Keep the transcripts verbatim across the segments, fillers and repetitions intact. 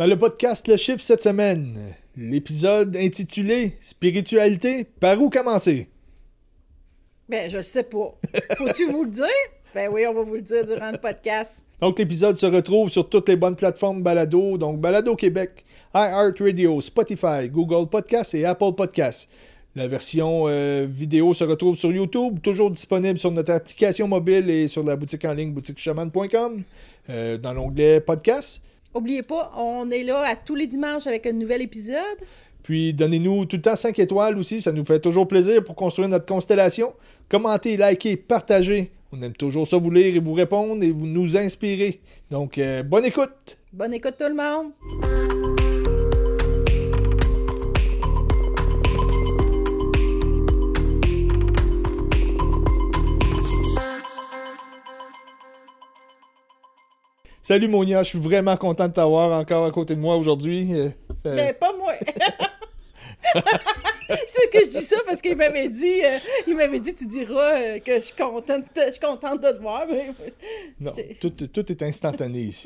Dans le podcast Le Chiffre cette semaine, l'épisode intitulé Spiritualité, par où commencer? Ben, je le sais pas. Faut-tu vous le dire? Ben oui, on va vous le dire durant le podcast. Donc, l'épisode se retrouve sur toutes les bonnes plateformes balado, donc Balado Québec, iHeartRadio, Spotify, Google Podcasts et Apple Podcasts. La version euh, vidéo se retrouve sur YouTube, toujours disponible sur notre application mobile et sur la boutique en ligne boutique chaman point com, euh, dans l'onglet Podcast. Oubliez pas, on est là à tous les dimanches avec un nouvel épisode. Puis donnez-nous tout le temps cinq étoiles aussi, ça nous fait toujours plaisir pour construire notre constellation. Commentez, likez, partagez. On aime toujours ça vous lire et vous répondre et vous nous inspirer. Donc, euh, bonne écoute! Bonne écoute tout le monde! Salut Monia, je suis vraiment content de t'avoir encore à côté de moi aujourd'hui. Euh, ça... Mais pas moi! C'est que je dis ça parce qu'il m'avait dit, euh, il m'avait dit, tu diras euh, que je suis contente, je suis contente de te voir. Mais... Non, tout, tout est instantané ici.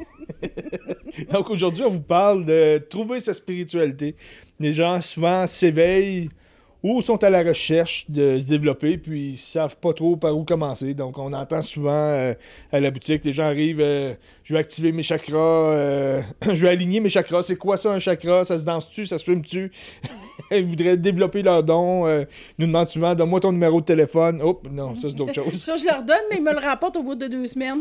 Donc aujourd'hui, on vous parle de trouver sa spiritualité. Les gens souvent s'éveillent ou sont à la recherche de se développer, puis ils savent pas trop par où commencer. Donc, on entend souvent euh, à la boutique, les gens arrivent, euh, je vais activer mes chakras, euh, je vais aligner mes chakras. C'est quoi ça, un chakra? Ça se danse-tu? Ça se fume-tu? Ils voudraient développer leurs dons. Euh, ils nous demandent souvent, donne-moi ton numéro de téléphone. Oups, non, ça, c'est d'autres choses. Ça, je leur donne, mais ils me le rapportent au bout de deux semaines.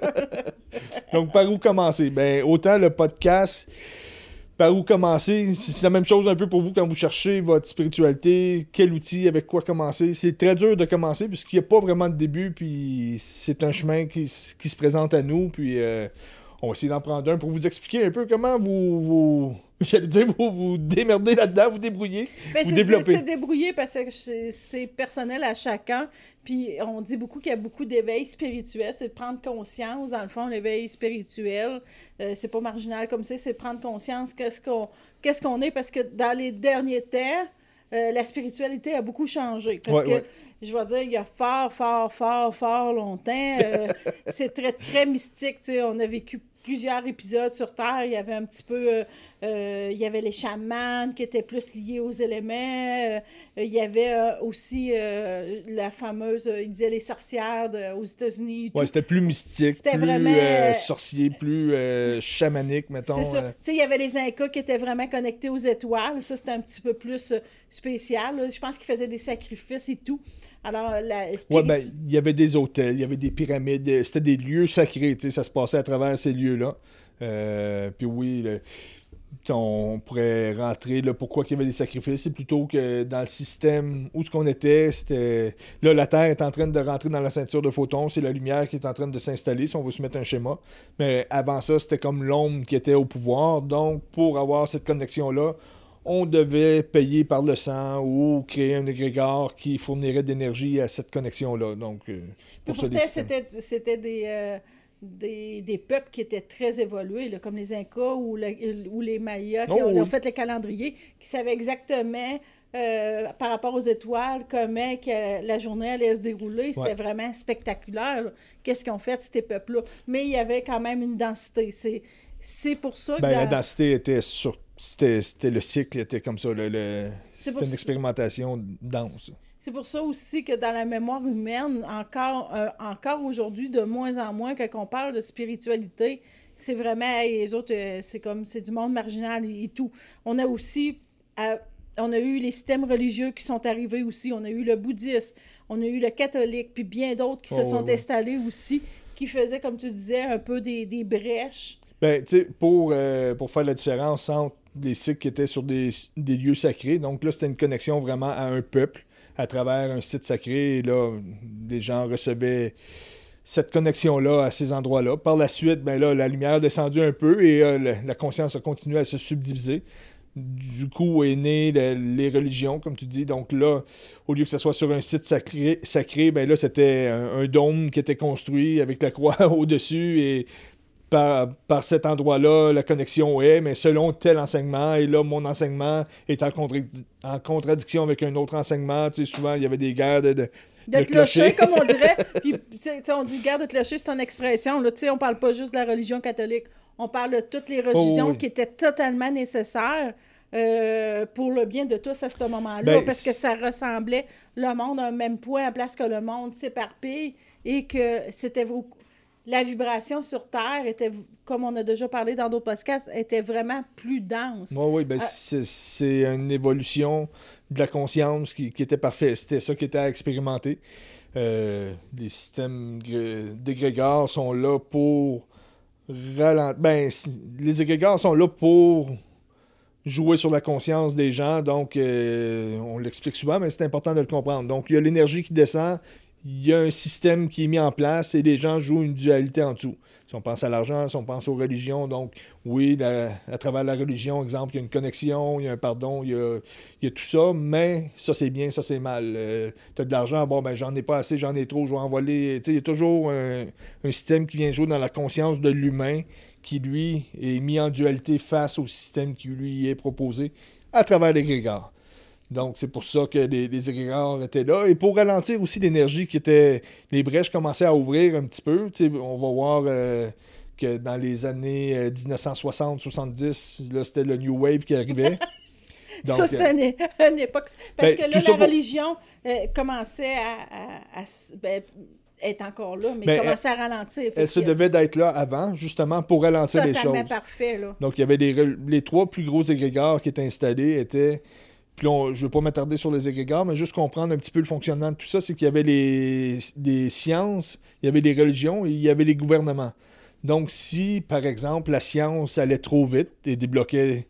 Donc, par où commencer? Ben, autant le podcast... Par où commencer? C'est la même chose un peu pour vous quand vous cherchez votre spiritualité. Quel outil, avec quoi commencer? C'est très dur de commencer puisqu'il n'y a pas vraiment de début, puis c'est un chemin qui, qui se présente à nous, puis euh, on va essayer d'en prendre un pour vous expliquer un peu comment vous... vous j'allais dire, vous vous démerdez là-dedans, vous débrouillez, ben vous c'est développez. C'est débrouiller parce que c'est, c'est personnel à chacun, puis on dit beaucoup qu'il y a beaucoup d'éveil spirituel, c'est de prendre conscience, dans le fond, l'éveil spirituel, euh, c'est pas marginal comme ça, c'est de prendre conscience qu'est-ce qu'on, qu'est-ce qu'on est, parce que dans les derniers temps, euh, la spiritualité a beaucoup changé, parce ouais, que, ouais. je vais dire, il y a fort, fort, fort, fort longtemps, euh, c'est très, très mystique, tu sais, on a vécu plusieurs épisodes sur Terre, il y avait un petit peu, euh, euh, il y avait les chamans qui étaient plus liés aux éléments, euh, il y avait euh, aussi euh, la fameuse, euh, il disait les sorcières de, aux États-Unis. Ouais, c'était plus mystique, c'était plus vraiment, euh, sorcier, plus euh, chamanique, mettons. C'est ça. Euh... Tu sais, il y avait les Incas qui étaient vraiment connectés aux étoiles, ça c'était un petit peu plus euh, spécial, là. Je pense qu'ils faisaient des sacrifices et tout. Alors, la spiritu... Ouais, ben, il y avait des hôtels, il y avait des pyramides, c'était des lieux sacrés, tu sais, ça se passait à travers ces lieux-là. Euh, puis oui, le, on pourrait rentrer là, pourquoi il y avait des sacrifices, c'est plutôt que dans le système où ce qu'on était, c'était... Là, la Terre est en train de rentrer dans la ceinture de photons, c'est la lumière qui est en train de s'installer, si on veut se mettre un schéma. Mais avant ça, c'était comme l'ombre qui était au pouvoir, donc pour avoir cette connexion-là, on devait payer par le sang ou créer un égrégore qui fournirait d'énergie à cette connexion-là. Donc, euh, pour ça, c'était, c'était des, euh, des, des peuples qui étaient très évolués, là, comme les Incas ou, le, ou les Mayas, qui oh, ont, oui. ont fait le calendrier, qui savaient exactement, euh, par rapport aux étoiles, comment que la journée allait se dérouler. C'était ouais. vraiment spectaculaire, là. Qu'est-ce qu'ils ont fait, ces peuples-là. Mais il y avait quand même une densité. C'est, c'est pour ça que... Ben, dans... La densité était sur... C'était, c'était le cycle était comme ça. Le, le... C'était une expérimentation dense. C'est pour ça aussi que dans la mémoire humaine, encore, euh, encore aujourd'hui, de moins en moins, quand on parle de spiritualité, c'est vraiment, hey, les autres, euh, c'est comme, c'est du monde marginal et, et tout. On a aussi, euh, on a eu les systèmes religieux qui sont arrivés aussi. On a eu le bouddhisme, on a eu le catholique, puis bien d'autres qui oh, se sont ouais. installés aussi, qui faisaient, comme tu disais, un peu des, des brèches. Ben, tu sais, pour, euh, pour faire la différence entre les sites qui étaient sur des, des lieux sacrés. Donc là, c'était une connexion vraiment à un peuple à travers un site sacré. Et là, les gens recevaient cette connexion-là à ces endroits-là. Par la suite, ben là, la lumière a descendu un peu et euh, la, la conscience a continué à se subdiviser. Du coup, est né le, les religions, comme tu dis. Donc là, au lieu que ce soit sur un site sacré, sacré ben là, c'était un, un dôme qui était construit avec la croix au-dessus et Par, par cet endroit-là, la connexion est, mais selon tel enseignement, et là, mon enseignement est en, contra- en contradiction avec un autre enseignement. Tu sais, souvent, il y avait des guerres de, de, de, de clocher, clocher, comme on dirait. Puis, on dit guerre de clocher, c'est une expression. Là, on ne parle pas juste de la religion catholique. On parle de toutes les religions Oh, oui. qui étaient totalement nécessaires euh, pour le bien de tous à ce moment-là, Ben, parce que ça ressemblait le monde à un même point, à place que le monde s'éparpille et que c'était vos- la vibration sur Terre était, comme on a déjà parlé dans d'autres podcasts, était vraiment plus dense. Oui, oui, ben Ah. c'est c'est une évolution de la conscience qui, qui était parfaite. C'était ça qui était à expérimenter. Euh, les systèmes gré- d'égrégores sont là pour ralentir. Ben, si- les égrégores sont là pour jouer sur la conscience des gens. Donc, euh, on l'explique souvent, mais c'est important de le comprendre. Donc, il y a l'énergie qui descend, il y a un système qui est mis en place et les gens jouent une dualité en dessous. Si on pense à l'argent, si on pense aux religions, donc oui, la- à travers la religion, exemple, il y a une connexion, il y a un pardon, il y a, il y a tout ça, mais ça c'est bien, ça c'est mal. Euh, tu as de l'argent, bon, ben j'en ai pas assez, j'en ai trop, je vais en voler. Tu sais, il y a toujours un, un système qui vient jouer dans la conscience de l'humain qui, lui, est mis en dualité face au système qui lui est proposé à travers l'égrégore. Donc, c'est pour ça que les, les égrégores étaient là. Et pour ralentir aussi l'énergie qui était... Les brèches commençaient à ouvrir un petit peu. Tu sais, on va voir euh, que dans les années euh, dix-neuf cent soixante soixante-dix, là, c'était le New Wave qui arrivait. Donc, ça, c'était une, une époque... Parce ben, que là, tout ça la pour- religion euh, commençait à... à- à s- ben, être encore là, mais Ben, commençait à ralentir. Fait Elle se que- devait d'être là avant, justement, pour ralentir les totalement choses. parfait, là. Donc, il y avait les, rel- les trois plus gros égrégores qui étaient installés étaient... Puis là, on- je ne veux pas m'attarder sur les égrégores, mais juste comprendre un petit peu le fonctionnement de tout ça, c'est qu'il y avait les, des sciences, il y avait les religions et il y avait les gouvernements. Donc, si, par exemple, la science allait trop vite et débloquait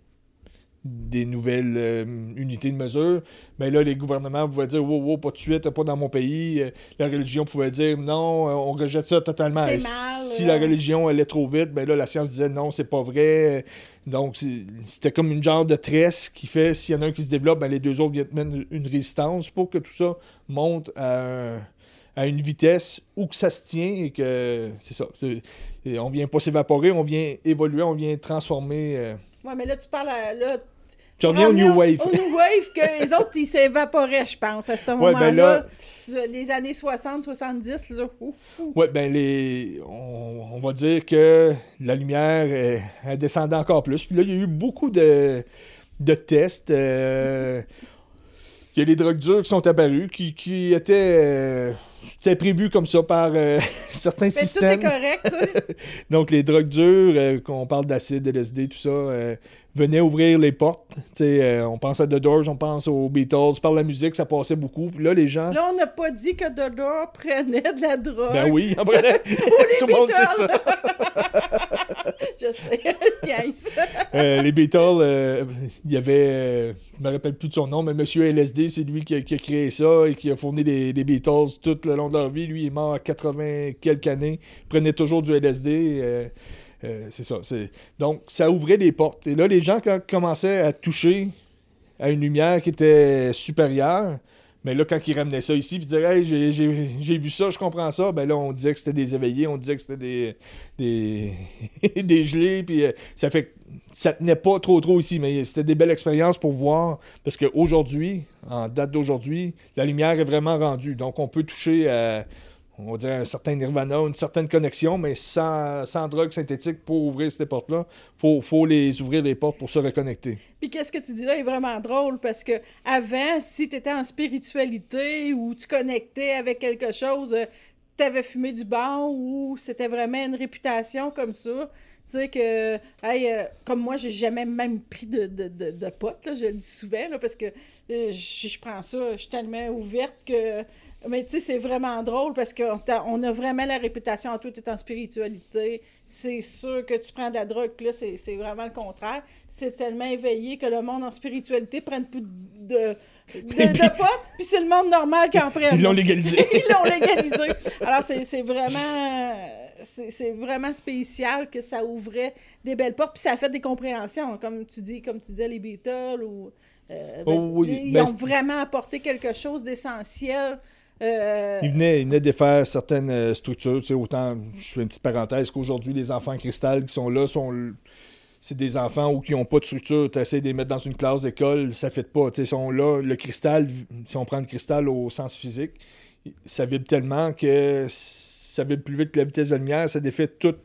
des nouvelles euh, unités de mesure, bien là, les gouvernements pouvaient dire « Wow, wow, pas de suite, pas dans mon pays. Euh, » La religion pouvait dire « Non, euh, on rejette ça totalement. » C'est Et mal, Si euh. la religion allait trop vite, bien là, la science disait « Non, c'est pas vrai. » Donc, c'est- c'était comme une genre de tresse qui fait, s'il y en a un qui se développe, ben, les deux autres viennent mettre une, une résistance pour que tout ça monte à, un- à une vitesse où que ça se tient et que, c'est ça, c'est- et on vient pas s'évaporer, on vient évoluer, on vient transformer. euh. Ouais, mais là, tu parles à, là, Tu reviens au revenir New Wave. Au New Wave, que les autres, ils s'évaporaient, je pense, à ce Ouais, moment-là. ben là- Sur les années soixante soixante-dix, là, ouf, ouf. Ouais, ben les, on, on va dire que la lumière elle, elle descendait encore plus. Puis là, il y a eu beaucoup de, de tests. euh, Il y a les drogues dures qui sont apparues, qui, qui étaient, euh, c'était prévu comme ça par euh, certains Mais tout est systèmes. correct, ça. Donc, les drogues dures, euh, qu'on parle d'acide, L S D, tout ça, euh, venaient ouvrir les portes. Tu sais, euh, on pense à The Doors, on pense aux Beatles. Par la musique, ça passait beaucoup. Puis là, les gens... Là, on n'a pas dit que Dodo prenait de la drogue. Ben oui, en vrai, tout le monde sait ça. Je sais, yes. Euh, les Beatles, euh, il y avait, euh, je me rappelle plus de son nom, mais Monsieur L S D, c'est lui qui a, qui a créé ça et qui a fourni les, les Beatles tout le long de leur vie. Lui, il est mort à quatre-vingts quelques années. Il prenait toujours du L S D. euh, euh, c'est ça. c'est- Donc, ça ouvrait des portes. Et là, les gens, quand commençaient à toucher à une lumière qui était supérieure, mais là, quand ils ramenaient ça ici, puis disaient « Hey, j'ai, j'ai, j'ai vu ça, je comprends ça », ben là, on disait que c'était des éveillés, on disait que c'était des, des, des gelés, puis euh, ça fait que ça tenait pas trop trop ici, mais c'était des belles expériences pour voir, parce qu'aujourd'hui, en date d'aujourd'hui, la lumière est vraiment rendue, donc on peut toucher à, on va dire, un certain nirvana, une certaine connexion, mais sans, sans drogue synthétique pour ouvrir ces portes-là. Il faut, faut les ouvrir les portes pour se reconnecter. Puis qu'est-ce que tu dis là est vraiment drôle parce que avant, si tu étais en spiritualité ou tu connectais avec quelque chose, tu avais fumé du bon ou c'était vraiment une réputation comme ça. Tu sais que, hey, euh, comme moi, j'ai jamais même pris de, de, de, de pot, là, je le dis souvent, là, parce que euh, je, je prends ça, je suis tellement ouverte que... Mais tu sais, c'est vraiment drôle parce qu'on t'a- on a vraiment la réputation, en tout est en spiritualité. C'est sûr que tu prends de la drogue, là, c'est c'est vraiment le contraire. C'est tellement éveillé que le monde en spiritualité prenne plus de, de, de, de pot, puis c'est le monde normal qui en prend. Ils l'ont légalisé. Ils l'ont légalisé. Alors, c'est c'est vraiment... C'est c'est vraiment spécial que ça ouvrait des belles portes, puis ça a fait des compréhensions, comme tu dis, comme tu disais, les Beatles, ou... euh, ben, Oh oui, ils ben, ont c'est- vraiment apporté quelque chose d'essentiel. Euh, Il venait, il venait défaire certaines euh, structures. Tu sais, autant, je fais une petite parenthèse, qu'aujourd'hui, les enfants cristal qui sont là sont. l- C'est des enfants ou qui n'ont pas de structure. Tu essaies de les mettre dans une classe d'école, ça ne fait pas. Tu sais, ils sont là. Le cristal, si on prend le cristal au sens physique, ça vibre tellement que ça vibre plus vite que la vitesse de la lumière. Ça défait tout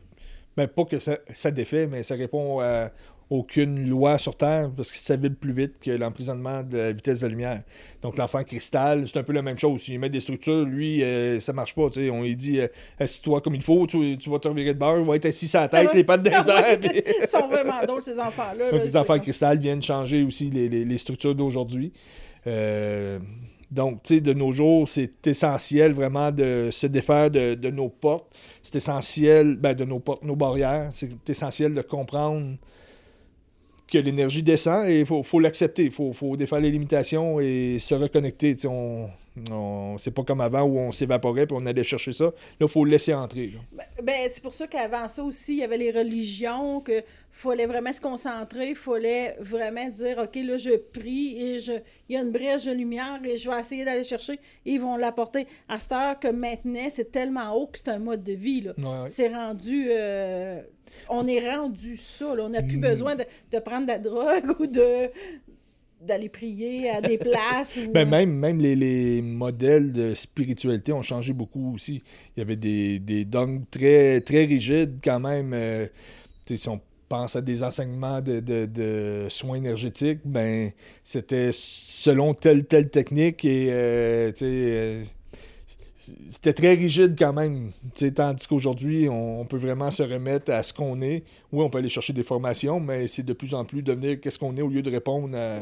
Ben, pas que ça, ça défait, mais ça répond à aucune loi sur Terre parce que ça vibre plus vite que l'emprisonnement de la vitesse de la lumière. Donc, l'enfant cristal, c'est un peu la même chose. Il met des structures, lui, euh, ça marche pas. T'sais. On lui dit euh, assis-toi comme il faut, tu, tu vas te revirer de bord, il va être assis sur la tête, les pattes dans les airs. Puis... Ils sont vraiment drôles, ces enfants-là. Donc, là, les enfants cristal viennent changer aussi les, les, les structures d'aujourd'hui. Euh, donc, tu sais, de nos jours, c'est essentiel vraiment de se défaire de, de nos portes. C'est essentiel, ben, de nos portes, nos barrières. C'est essentiel de comprendre que l'énergie descend et il faut, faut l'accepter. Il faut, faut défaire les limitations et se reconnecter. Tu sais, on, on, c'est pas comme avant où on s'évaporait et on allait chercher ça. Là, il faut le laisser entrer. Ben, ben, c'est pour ça qu'avant ça aussi, il y avait les religions, qu'il fallait vraiment se concentrer, il fallait vraiment dire, OK, là, je prie et je, il y a une brèche de lumière et je vais essayer d'aller chercher et ils vont l'apporter. À cette heure que maintenant, c'est tellement haut que c'est un mode de vie. Là. Ouais, ouais. C'est rendu... Euh, on est rendu ça. Là. On n'a plus mmh. besoin de, de prendre de la drogue ou de... d'aller prier à des places. Ou... Ben même même les, les modèles de spiritualité ont changé beaucoup aussi. Il y avait des, des dogmes très, très rigides quand même. Euh, si on pense à des enseignements de, de, de soins énergétiques, ben c'était selon telle telle technique et euh, euh, c'était très rigide quand même. T'sais, tandis qu'aujourd'hui, on, on peut vraiment se remettre à ce qu'on est. Oui, on peut aller chercher des formations, mais c'est de plus en plus devenir qu'est-ce qu'on est au lieu de répondre à,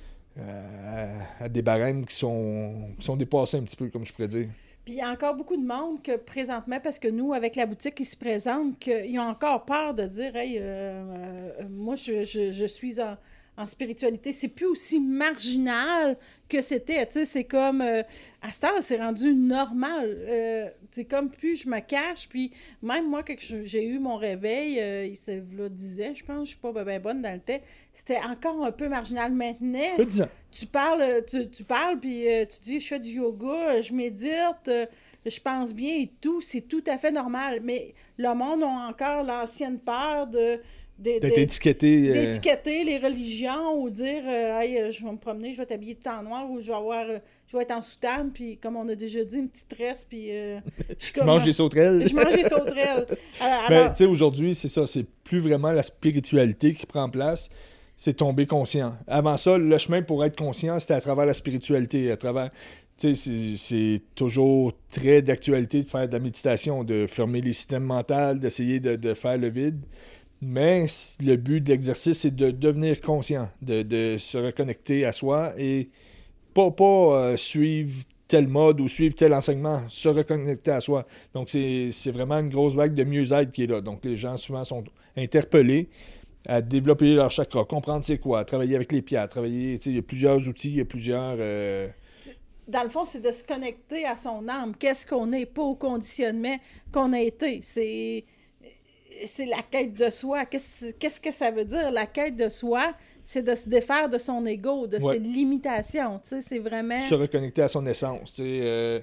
à, à des barèmes qui sont, qui sont dépassés un petit peu, comme je pourrais dire. Puis il y a encore beaucoup de monde que présentement, parce que nous, avec la boutique qui se présente, qu'ils ont encore peur de dire « Hey, euh, euh, moi, je, je, je suis en... » en spiritualité, c'est plus aussi marginal que c'était, tu sais, c'est comme, euh, à cette heure, c'est rendu normal, euh, c'est comme, plus je me cache, puis même moi, quand j'ai eu mon réveil, euh, il s'est là dix ans, je pense, je suis pas bien bonne dans le temps, c'était encore un peu marginal. Maintenant, tu parles, tu, tu parles, puis euh, tu dis, je fais du yoga, je médite, euh, je pense bien et tout, c'est tout à fait normal, mais le monde a encore l'ancienne peur de d'être étiqueté. Euh... D'étiqueter les religions ou dire euh, hey, je vais me promener, je vais t'habiller tout en noir ou je vais avoir euh, je vais être en soutane, puis comme on a déjà dit, une petite tresse, puis euh, je, je mange des sauterelles. Je mange des sauterelles. Alors, ben, tu sais, aujourd'hui, c'est ça, c'est plus vraiment la spiritualité qui prend place, c'est tomber conscient. Avant ça, le chemin pour être conscient, c'était à travers la spiritualité, à travers... Tu sais, c'est toujours très d'actualité de faire de la méditation, de fermer les systèmes mentaux, d'essayer de, de faire le vide. Mais le but de l'exercice, c'est de devenir conscient, de, de se reconnecter à soi et pas, pas euh, suivre tel mode ou suivre tel enseignement, se reconnecter à soi. Donc, c'est vraiment une grosse vague de mieux-être qui est là. Donc, les gens souvent sont interpellés à développer leur chakra, comprendre c'est quoi, travailler avec les pierres, travailler, tu sais, il y a plusieurs outils, il y a plusieurs... Euh... Dans le fond, c'est de se connecter à son âme. Qu'est-ce qu'on est, pas au conditionnement qu'on a été. C'est... c'est la quête de soi. Qu'est-ce, qu'est-ce que ça veut dire? La quête de soi, c'est de se défaire de son ego, de ouais. ses limitations. Tu sais, c'est vraiment... Se reconnecter à son essence. Tu sais, euh...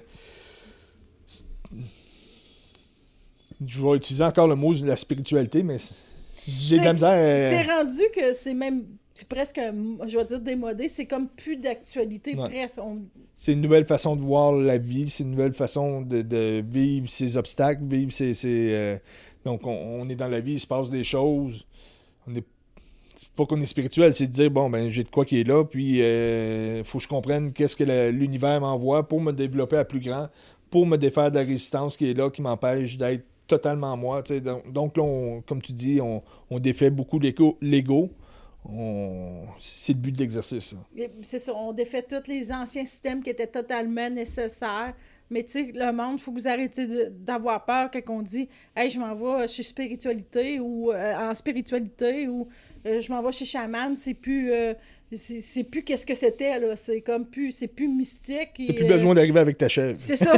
Je vais utiliser encore le mot de la spiritualité, mais j'ai de la misère... Euh... C'est rendu que c'est même... C'est presque, je vais dire démodé, c'est comme plus d'actualité, ouais. presque. On... C'est une nouvelle façon de voir la vie, c'est une nouvelle façon de, de vivre ses obstacles, vivre ses... ses euh... Donc, on, on est dans la vie, il se passe des choses. On est, c'est pas qu'on est spirituel, c'est de dire, bon, ben j'ai de quoi qui est là, puis il euh, faut que je comprenne qu'est-ce que la, l'univers m'envoie pour me développer à plus grand, pour me défaire de la résistance qui est là, qui m'empêche d'être totalement moi. T'sais. Donc, donc là, on, comme tu dis, on, on défait beaucoup l'ego. l'ego. On... C'est le but de l'exercice. Ça. C'est ça, on défait tous les anciens systèmes qui étaient totalement nécessaires. Mais tu sais, le monde, il faut que vous arrêtiez de, d'avoir peur quand on dit « Hey, je m'en vais chez spiritualité » ou euh, en spiritualité ou euh, « Je m'en vais chez chaman », c'est plus... Euh, c'est, c'est plus qu'est-ce que c'était, là. C'est comme plus... C'est plus mystique. T'as plus euh, besoin d'arriver avec ta chèvre. C'est ça.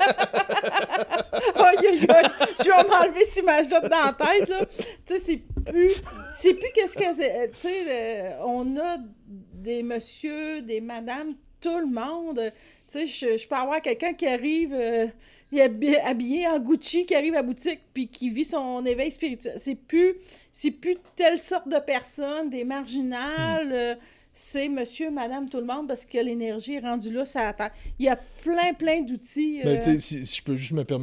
Aïe, aïe, aïe. Je vais m'enlever cette image-là dans la tête, là. Tu sais, c'est plus... C'est plus qu'est-ce que c'est... Tu sais, euh, on a des messieurs, des madames, tout le monde... Tu sais, je, je peux avoir quelqu'un qui arrive euh, il est habillé en Gucci, qui arrive à la boutique, puis qui vit son éveil spirituel. C'est plus, c'est plus telle sorte de personne, des marginales, mmh. euh, c'est monsieur, madame, tout le monde, parce que l'énergie est rendue là, ça attend. Il y a plein, plein d'outils. Euh... Ben, tu sais, si, si je peux juste me permettre,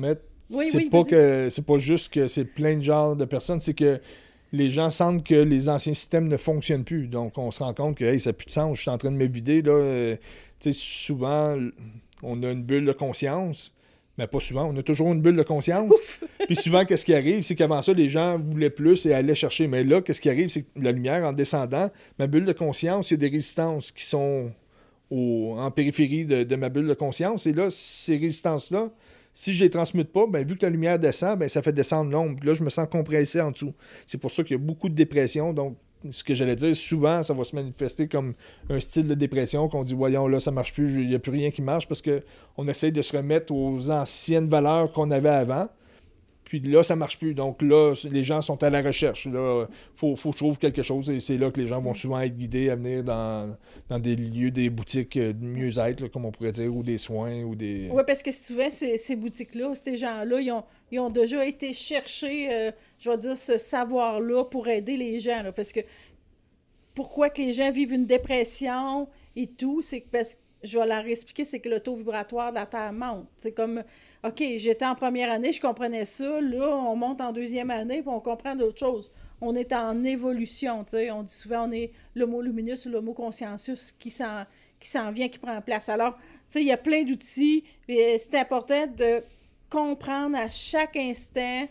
Oui, c'est oui, pas vas-y. que c'est pas juste que c'est plein de genres de personnes, c'est que les gens sentent que les anciens systèmes ne fonctionnent plus. Donc, on se rend compte que hey, ça n'a plus de sens, je suis en train de me vider. Là. Euh, tu sais, souvent, on a une bulle de conscience, mais pas souvent, on a toujours une bulle de conscience. Puis souvent, qu'est-ce qui arrive? C'est qu'avant ça, les gens voulaient plus et allaient chercher. Mais là, qu'est-ce qui arrive? C'est que la lumière, en descendant, ma bulle de conscience, il y a des résistances qui sont au, en périphérie de, de ma bulle de conscience. Et là, ces résistances-là, si je les transmute pas, ben, vu que la lumière descend, ben, ça fait descendre l'ombre. Puis là, je me sens compressé en dessous. C'est pour ça qu'il y a beaucoup de dépression. Donc, ce que j'allais dire, souvent, ça va se manifester comme un style de dépression qu'on dit, voyons, là, ça marche plus, il n'y a plus rien qui marche parce qu'on essaye de se remettre aux anciennes valeurs qu'on avait avant. Puis là, ça marche plus. Donc là, les gens sont à la recherche. Là, faut, faut que je trouve quelque chose. Et c'est là que les gens vont souvent être guidés à venir dans, dans des lieux, des boutiques de mieux-être, là, comme on pourrait dire, ou des soins, ou des... Oui, parce que souvent, ces, ces boutiques-là, ces gens-là, ils ont, ils ont déjà été chercher, euh, je vais dire, ce savoir-là pour aider les gens. Là, parce que pourquoi que les gens vivent une dépression et tout, c'est que parce que je vais leur expliquer, c'est que le taux vibratoire de la Terre monte. C'est comme, OK, j'étais en première année, je comprenais ça. Là, on monte en deuxième année, puis on comprend d'autres choses. On est en évolution, tu sais. On dit souvent, on est l'homo luminus ou l'homo conscientius qui s'en, qui s'en vient, qui prend place. Alors, tu sais, il y a plein d'outils. Et c'est important de comprendre à chaque instant,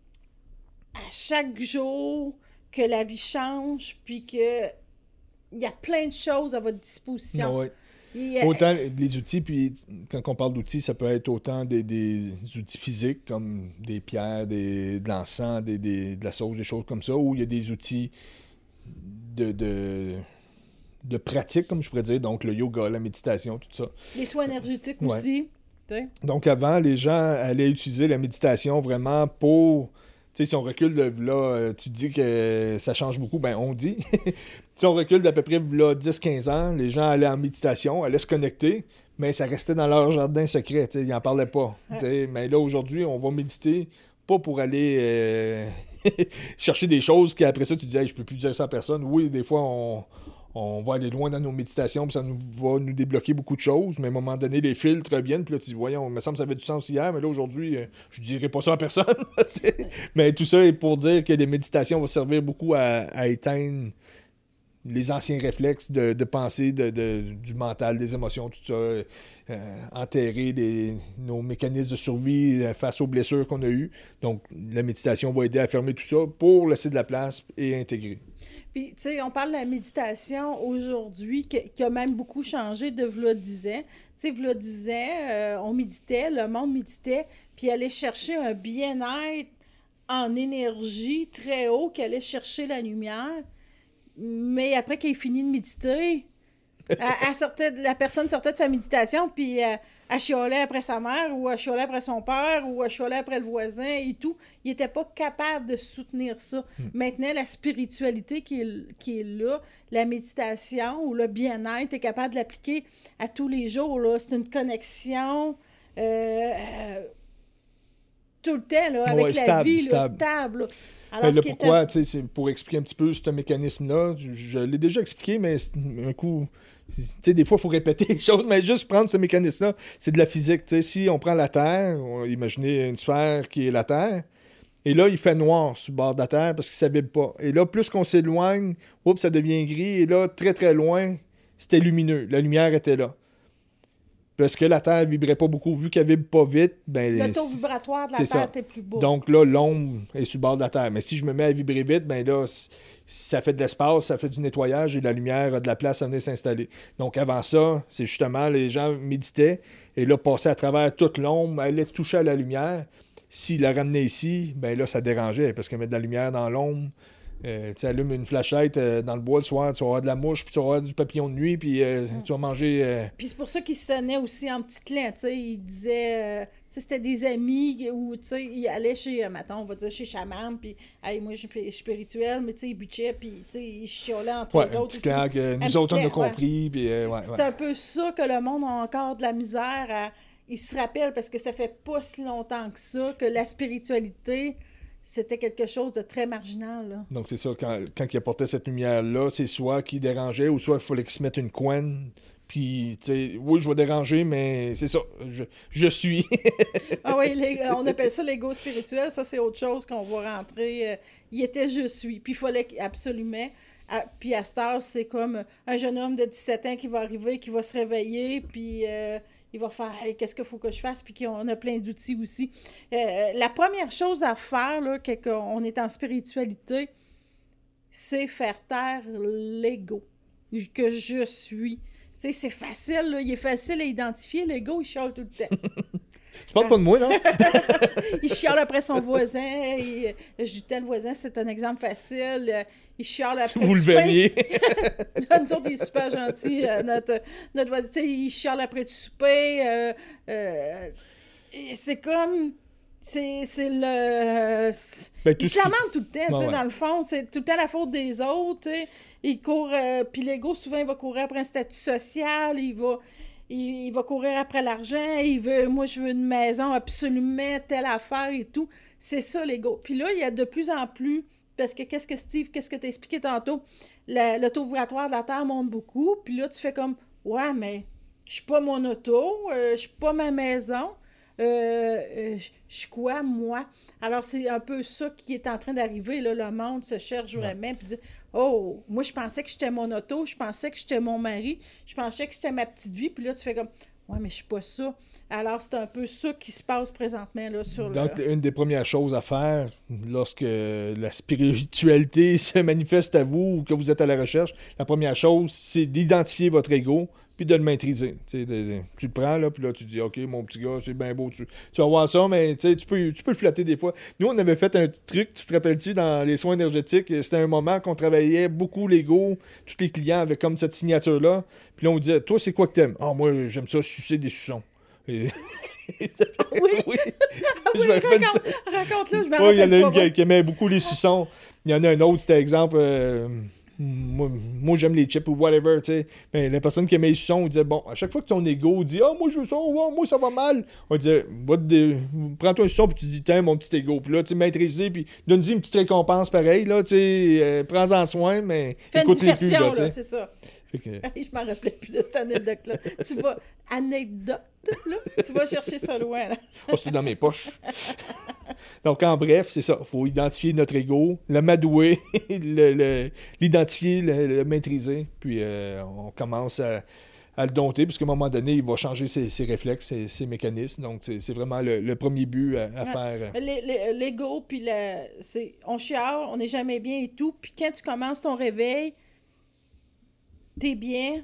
à chaque jour, que la vie change, puis que il y a plein de choses à votre disposition. Ouais. Et, euh, Autant les outils, puis quand on parle d'outils, ça peut être autant des, des outils physiques comme des pierres, des, de l'encens, des, des, de la sauge, des choses comme ça, ou il y a des outils de, de, de pratique, comme je pourrais dire, donc le yoga, la méditation, tout ça. Les soins énergétiques Ouais. aussi. T'sais. Donc avant, les gens allaient utiliser la méditation vraiment pour... Tu sais, si on recule de là, tu dis que ça change beaucoup, ben on dit. Si on recule d'à peu près là, dix à quinze ans, les gens allaient en méditation, allaient se connecter, mais ça restait dans leur jardin secret, tu sais, ils n'en parlaient pas. Ouais. Mais là, aujourd'hui, on va méditer, pas pour aller euh, chercher des choses qu'après ça, tu dis hey, « je peux plus dire ça à personne ». Oui, des fois, on... on va aller loin dans nos méditations, puis ça nous va nous débloquer beaucoup de choses, mais à un moment donné, les filtres reviennent, puis là, tu dis, voyons, il me semble que ça avait du sens hier, mais là, aujourd'hui, euh, je dirais pas ça à personne. Mais tout ça est pour dire que les méditations vont servir beaucoup à, à éteindre les anciens réflexes de, de pensée, de, de, du mental, des émotions, tout ça, euh, enterrer les, nos mécanismes de survie face aux blessures qu'on a eues. Donc, la méditation va aider à fermer tout ça pour laisser de la place et intégrer. Puis, tu sais, on parle de la méditation aujourd'hui, qui, qui a même beaucoup changé de v'là dix ans. Tu sais, v'là dix ans, euh, on méditait, le monde méditait, puis allait chercher un bien-être en énergie très haut, qui allait chercher la lumière. Mais après qu'il ait fini de méditer, elle, elle sortait de, la personne sortait de sa méditation, puis euh, elle chiolait après sa mère, ou elle chiolait après son père, ou elle chiolait après le voisin et tout. Il n'était pas capable de soutenir ça. Mm. Maintenant, la spiritualité qui est, qui est là, la méditation ou le bien-être, tu es capable de l'appliquer à tous les jours. Là. C'est une connexion euh, euh, tout le temps là, avec ouais, la stable, vie, stable. Là, stable. Alors, ben là, pourquoi, est... c'est pour expliquer un petit peu ce mécanisme-là, je, je l'ai déjà expliqué, mais un coup, tu sais, des fois, il faut répéter les choses, mais juste prendre ce mécanisme-là, c'est de la physique. Tu sais, si on prend la Terre, on, imaginez une sphère qui est la Terre, et là, il fait noir sur le bord de la Terre parce qu'il ne s'habille pas. Et là, plus qu'on s'éloigne, oups, ça devient gris, et là, très, très loin, c'était lumineux. La lumière était là. Parce que la Terre ne vibrait pas beaucoup. Vu qu'elle ne vibre pas vite, ben le taux vibratoire de la Terre était plus bas. Donc là, l'ombre est sur le bord de la Terre. Mais si je me mets à vibrer vite, ben là, ça fait de l'espace, ça fait du nettoyage et la lumière a de la place à venir s'installer. Donc avant ça, c'est justement, les gens méditaient et là, passaient à travers toute l'ombre, allaient toucher à la lumière. S'ils la ramenaient ici, ben là, ça dérangeait parce que mettre de la lumière dans l'ombre, Euh, tu allumes une flashlight euh, dans le bois le soir, tu vas avoir de la mouche, puis tu vas avoir du papillon de nuit, puis euh, mm. tu vas manger... Euh... Puis c'est pour ça qu'il sonnait aussi en petit clan, tu sais, il disait... Euh, tu sais, c'était des amis où, tu sais, il allait chez, euh, mettons, on va dire chez chaman, puis hey, moi, je suis spirituel, mais tu sais, il butchait, puis tu sais, il chiolait entre ouais, eux autres. Un petit clan que nous autres, on a compris, puis euh, ouais, c'est ouais. un peu ça que le monde a encore de la misère à... Il se rappelle, parce que ça fait pas si longtemps que ça, que la spiritualité... C'était quelque chose de très marginal. Là. Donc, c'est ça, quand, quand il apportait cette lumière-là, c'est soit qu'il dérangeait ou soit il fallait qu'il se mette une couenne Puis, tu sais, oui, je vais déranger, mais c'est ça, je, je suis. Ah oui, les, on appelle ça l'ego spirituel. Ça, c'est autre chose qu'on va rentrer. Euh, il était « je suis ». Puis il fallait absolument... À, puis à cette heure, c'est comme un jeune homme de dix-sept ans qui va arriver, qui va se réveiller, puis euh, il va faire hey, « qu'est-ce qu'il faut que je fasse ?» Puis on a plein d'outils aussi. Euh, la première chose à faire, là, quand on est en spiritualité, c'est faire taire l'ego que je suis. Tu sais, c'est facile, là. Il est facile à identifier. L'ego, il chiale tout le temps. Tu parles pas de moi, non? Il chiale après son voisin. Et, je dis tel voisin, c'est un exemple facile. Il chiale après... Si vous le verriez. Nous autres, il est super gentil. Notre, notre voisin, tu sais, il chiale après le souper. Euh, euh, et c'est comme... C'est, c'est le... Ben, il se lamente tout le temps, ah, tu sais, ouais. dans le fond. C'est tout le temps la faute des autres, tu sais. Il court... Euh, puis l'ego, souvent, il va courir après un statut social. Il va... Il, il va courir après l'argent, il veut, moi je veux une maison, absolument, telle affaire et tout. C'est ça l'ego. Puis là, il y a de plus en plus, parce que qu'est-ce que Steve, qu'est-ce que tu as expliqué tantôt? La, le taux vibratoire de la Terre monte beaucoup, puis là, tu fais comme, ouais, mais je suis pas mon auto, euh, je suis pas ma maison, euh, euh, je suis quoi, moi? Alors, c'est un peu ça qui est en train d'arriver, là, le monde se cherche vraiment, puis dit, oh, moi, je pensais que j'étais mon auto, je pensais que j'étais mon mari, je pensais que j'étais ma petite vie, puis là, tu fais comme, ouais, mais je suis pas ça. Alors, c'est un peu ça qui se passe présentement, là, sur Donc, le... une des premières choses à faire lorsque la spiritualité se manifeste à vous ou que vous êtes à la recherche, la première chose, c'est d'identifier votre ego puis de le maîtriser. Tu sais, de, de, tu le prends, là, puis là, tu dis, OK, mon petit gars, c'est bien beau, tu, tu vas voir ça, mais tu sais, tu peux, tu peux le flatter des fois. Nous, on avait fait un truc, tu te rappelles-tu, dans les soins énergétiques, c'était un moment qu'on travaillait beaucoup l'ego, tous les clients avaient comme cette signature-là, puis là, on disait, toi, c'est quoi que t'aimes? Ah, moi, j'aime ça, sucer des suçons. Et... oui, oui. Ah oui, je me rappelle raconte, ça. raconte-le, je me Oui, rappelle il y en a pas, une qui, qui aimait beaucoup les suçons. Il y en a un autre, c'était exemple, euh, moi, moi, j'aime les chips ou whatever, tu sais. Mais la personne qui aimait les suçons, on disait, bon, à chaque fois que ton ego dit, ah, oh, moi, je veux ça, oh, moi, ça va mal, on disait, va te... prends-toi un suçon, puis tu dis, tiens, mon petit ego. Puis là, tu sais, maîtriser, puis donne-lui une petite récompense pareil, là, tu sais, euh, prends-en soin, mais fais écoute les plus, là, là, c'est ça. Que... Je m'en rappelais plus de cette anecdote-là. Tu vas... Anecdote, là? Tu vas chercher ça loin, là. Oh, c'est dans mes poches. Donc, en bref, c'est ça. Il faut identifier notre ego, le m'adouer, le, le, l'identifier, le, le maîtriser. Puis, euh, on commence à, à le dompter, puisqu'à un moment donné, il va changer ses, ses réflexes, ses, ses mécanismes. Donc, c'est, c'est vraiment le, le premier but à, à ouais. faire. Les, les, l'ego, puis le, c'est, on chiale, on n'est jamais bien et tout. Puis quand tu commences ton réveil, t'es bien,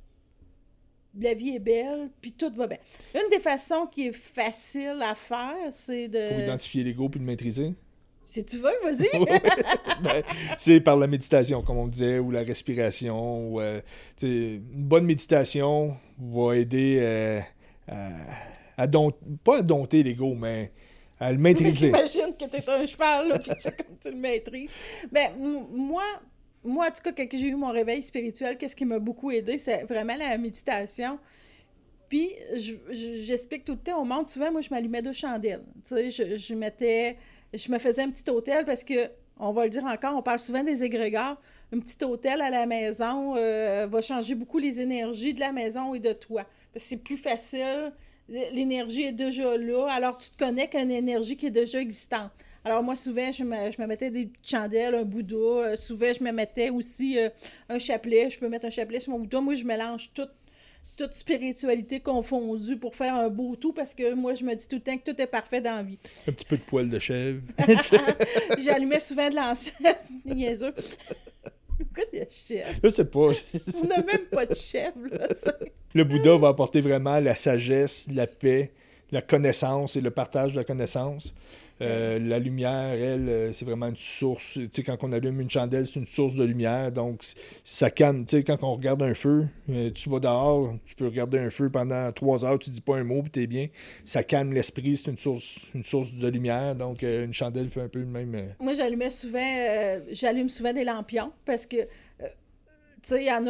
la vie est belle, puis tout va bien. Une des façons qui est facile à faire, c'est de... Pour identifier l'ego puis le maîtriser. Si tu veux, vas-y. ben, c'est par la méditation, comme on disait, ou la respiration. Ou, euh, une bonne méditation va aider euh, à, à dompter, pas à dompter l'ego, mais à le maîtriser. J'imagine que tu es un cheval, là, puis tu sais comme tu le maîtrises. Ben, m- moi... Moi, en tout cas, quand j'ai eu mon réveil spirituel, qu'est-ce qui m'a beaucoup aidé, c'est vraiment la méditation. Puis, je, je, j'explique tout le temps au monde, souvent, moi, je m'allumais deux chandelles. Tu sais, je, je mettais, je me faisais un petit hôtel parce que, on va le dire encore, on parle souvent des égrégores. Un petit hôtel à la maison euh, va changer beaucoup les énergies de la maison et de toi. Parce que c'est plus facile, l'énergie est déjà là, alors tu te connectes à une énergie qui est déjà existante. Alors, moi, souvent, je me, je me mettais des petites chandelles, un Bouddha. Euh, souvent, je me mettais aussi euh, un chapelet. Je peux mettre un chapelet sur mon Bouddha. Moi, je mélange toute, toute spiritualité confondue pour faire un beau tout parce que moi, je me dis tout le temps que tout est parfait dans la vie. Un petit peu de poil de chèvre. J'allumais souvent de l'ancien. C'est niaiseux. Pourquoi des chèvres? Je sais pas. On n'a même pas de chèvre, là. Ça. Le Bouddha va apporter vraiment la sagesse, la paix, la connaissance et le partage de la connaissance. Euh, la lumière, elle, c'est vraiment une source. Tu sais, quand on allume une chandelle, c'est une source de lumière. Donc, ça calme. Tu sais, quand on regarde un feu, euh, tu vas dehors, tu peux regarder un feu pendant trois heures, tu dis pas un mot, puis t'es bien. Ça calme l'esprit, c'est une source, une source de lumière. Donc, euh, une chandelle fait un peu le même. Euh... Moi, j'allumais souvent, euh, j'allume souvent des lampions parce que, euh, tu sais, il y en a.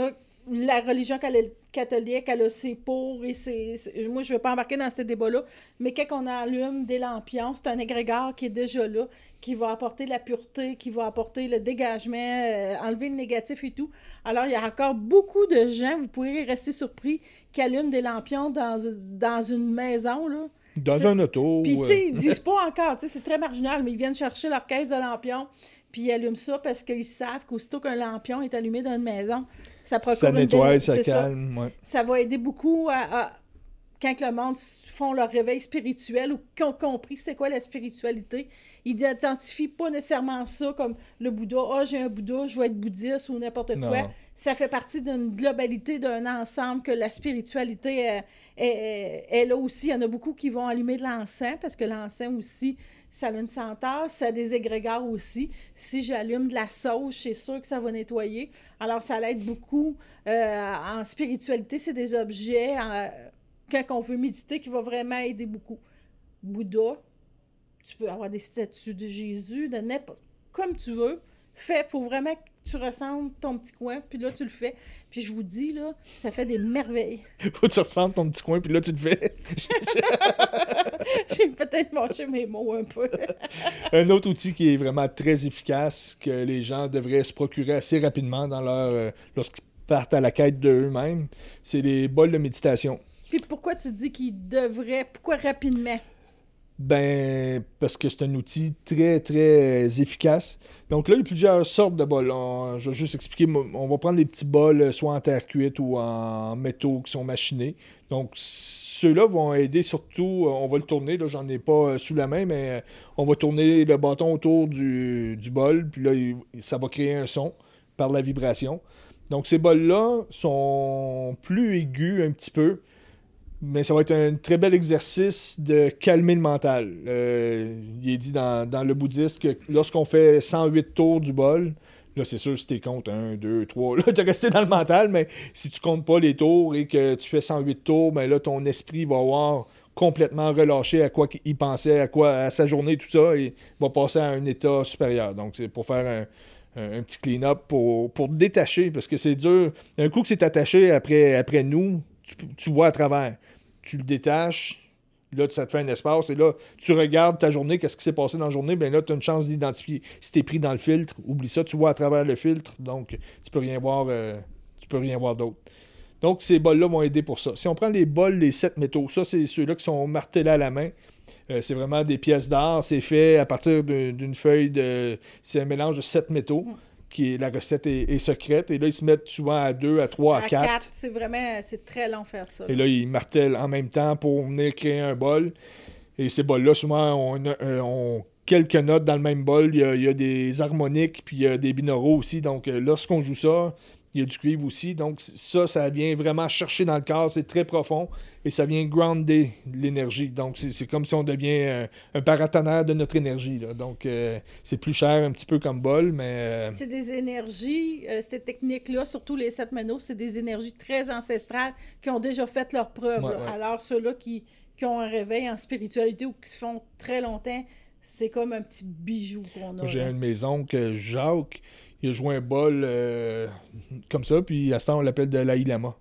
la religion catholique, elle a ses pour et ses... Moi, je ne veux pas embarquer dans ces débats-là, mais quand on allume des lampions, c'est un égrégore qui est déjà là, qui va apporter la pureté, qui va apporter le dégagement, euh, enlever le négatif et tout. Alors, il y a encore beaucoup de gens, vous pourrez rester surpris, qui allument des lampions dans, dans une maison, là. Dans c'est... un auto. Puis, tu euh... sais, ils disent pas encore, tu sais, c'est très marginal, mais ils viennent chercher leur caisse de lampions, puis ils allument ça parce qu'ils savent qu'aussitôt qu'un lampion est allumé dans une maison, ça procure ça nettoie, une belle... ça c'est calme. Ça. Ouais. ça va aider beaucoup à, à... quand le monde font leur réveil spirituel ou qui ont compris c'est quoi la spiritualité. Ils n'identifient pas nécessairement ça comme le Bouddha. Ah, oh, j'ai un Bouddha, je vais être bouddhiste ou n'importe quoi. Non. Ça fait partie d'une globalité, d'un ensemble que la spiritualité est, est, est là aussi. Il y en a beaucoup qui vont allumer de l'encens parce que l'encens aussi, ça a une senteur, ça a des égrégores aussi. Si j'allume de la sauge, c'est sûr que ça va nettoyer. Alors, ça l'aide beaucoup. Euh, en spiritualité, c'est des objets, en, quand on veut méditer, qui va vraiment aider beaucoup. Bouddha, tu peux avoir des statues de Jésus, de n'importe... Comme tu veux. Fais, il faut vraiment que tu ressentes ton petit coin, puis là, tu le fais. Puis je vous dis, là, ça fait des merveilles. Faut que tu ressentes ton petit coin, puis là, tu le fais. J'ai peut-être mâché mes mots un peu. Un autre outil qui est vraiment très efficace, que les gens devraient se procurer assez rapidement dans leur euh, lorsqu'ils partent à la quête d'eux-mêmes, c'est des bols de méditation. Puis pourquoi tu dis qu'ils devraient... Pourquoi rapidement? Ben, parce que c'est un outil très, très efficace. Donc là, il y a plusieurs sortes de bols. On, je vais juste expliquer. On va prendre des petits bols, soit en terre cuite ou en métaux qui sont machinés. Donc, ceux-là vont aider surtout... On va le tourner, là, j'en ai pas sous la main, mais on va tourner le bâton autour du, du bol, puis là, ça va créer un son par la vibration. Donc, ces bols-là sont plus aigus un petit peu, mais ça va être un très bel exercice de calmer le mental. Euh, il est dit dans, dans le bouddhisme que lorsqu'on fait cent huit tours du bol, là, c'est sûr, si tu comptes un, deux, trois, là, tu es resté dans le mental, mais si tu comptes pas les tours et que tu fais cent huit tours, ben là, ton esprit va avoir complètement relâché à quoi il pensait, à quoi à sa journée, tout ça, et va passer à un état supérieur. Donc, c'est pour faire un, un, un petit clean-up, pour, pour détacher, parce que c'est dur. Un coup que c'est attaché après, après nous, tu, tu vois à travers. Tu le détaches, là, ça te fait un espace, et là, tu regardes ta journée, qu'est-ce qui s'est passé dans la journée, bien là, tu as une chance d'identifier. Si tu es pris dans le filtre, oublie ça, tu vois à travers le filtre, donc tu peux rien voir, euh, tu peux rien voir d'autre. Donc, ces bols-là vont aider pour ça. Si on prend les bols, les sept métaux, ça, c'est ceux-là qui sont martelés à la main. Euh, c'est vraiment des pièces d'art, c'est fait à partir d'une feuille de... C'est un mélange de sept métaux. Mm. Qui est, la recette est, est secrète. Et là, ils se mettent souvent à deux, à trois, à quatre. À quatre, c'est vraiment... C'est très long faire ça. Et là, ils martèlent en même temps pour venir créer un bol. Et ces bols-là, souvent, ont, euh, ont quelques notes dans le même bol. Il y a, il y a des harmoniques, puis il y a des binauraux aussi. Donc, euh, lorsqu'on joue ça, il y a du cuivre aussi. Donc, ça, ça vient vraiment chercher dans le corps. C'est très profond. Et ça vient grounder l'énergie. Donc, c'est comme si on devient un, un paratonnerre de notre énergie, là. Donc, euh, c'est plus cher un petit peu comme bol, mais... Euh... C'est des énergies, euh, ces techniques-là, surtout les sept ménos, c'est des énergies très ancestrales qui ont déjà fait leur preuve. Ouais, ouais. Alors, ceux-là qui, qui ont un réveil en spiritualité ou qui se font très longtemps, c'est comme un petit bijou qu'on a. J'ai un de mes oncles, Jacques, il a joué un bol euh, comme ça, puis à ce temps, on l'appelle de Dalai Lama.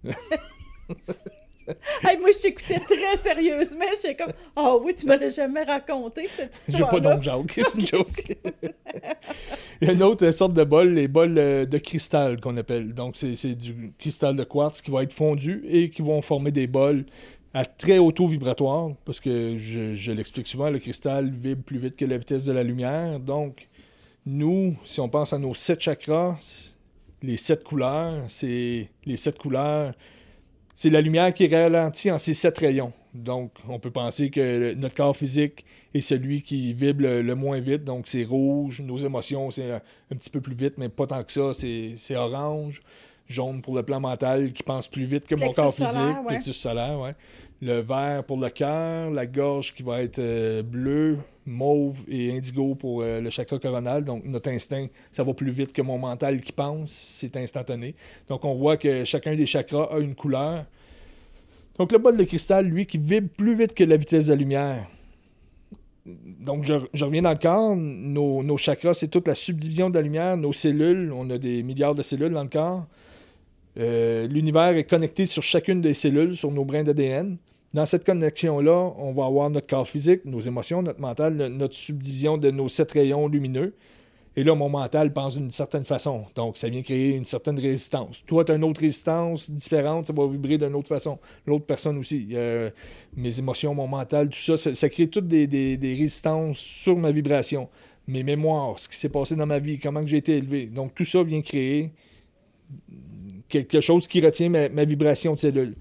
Hey, moi, je t'écoutais très sérieusement. J'étais comme, ah oh, oui, tu me l'as jamais raconté, cette histoire-là. J'ai pas donc Jacques, c'est une joke. Il y a une autre sorte de bol, les bols de cristal qu'on appelle. Donc, c'est du cristal de quartz qui va être fondu et qui vont former des bols à très haut taux vibratoire, parce que je, je l'explique souvent, le cristal vibre plus vite que la vitesse de la lumière. Donc, nous, si on pense à nos sept chakras, les sept couleurs, c'est les sept couleurs... C'est la lumière qui est ralentie en ces sept rayons. Donc, on peut penser que notre corps physique est celui qui vibre le, le moins vite. Donc, c'est rouge. Nos émotions, c'est un, un petit peu plus vite, mais pas tant que ça. C'est orange. Jaune pour le plan mental qui pense plus vite que plexus mon corps physique. Solaire, ouais. Plexus solaire, ouais. Le vert pour le cœur. La gorge qui va être euh, bleue, mauve et indigo pour euh, le chakra coronal. Donc, notre instinct, ça va plus vite que mon mental qui pense. C'est instantané. Donc, on voit que chacun des chakras a une couleur. Donc, le bol de cristal, lui, qui vibre plus vite que la vitesse de la lumière. Donc, je, je reviens dans le corps. Nos, nos chakras, c'est toute la subdivision de la lumière. Nos cellules, on a des milliards de cellules dans le corps. Euh, l'univers est connecté sur chacune des cellules, sur nos brins d'A D N. Dans cette connexion-là, on va avoir notre corps physique, nos émotions, notre mental, no- notre subdivision de nos sept rayons lumineux. Et là, mon mental pense d'une certaine façon. Donc, ça vient créer une certaine résistance. Toi, tu as une autre résistance différente, ça va vibrer d'une autre façon. L'autre personne aussi. Euh, mes émotions, mon mental, tout ça, ça, ça crée toutes des, des, des résistances sur ma vibration. Mes mémoires, ce qui s'est passé dans ma vie, comment que j'ai été élevé. Donc, tout ça vient créer quelque chose qui retient ma, ma vibration de cellule.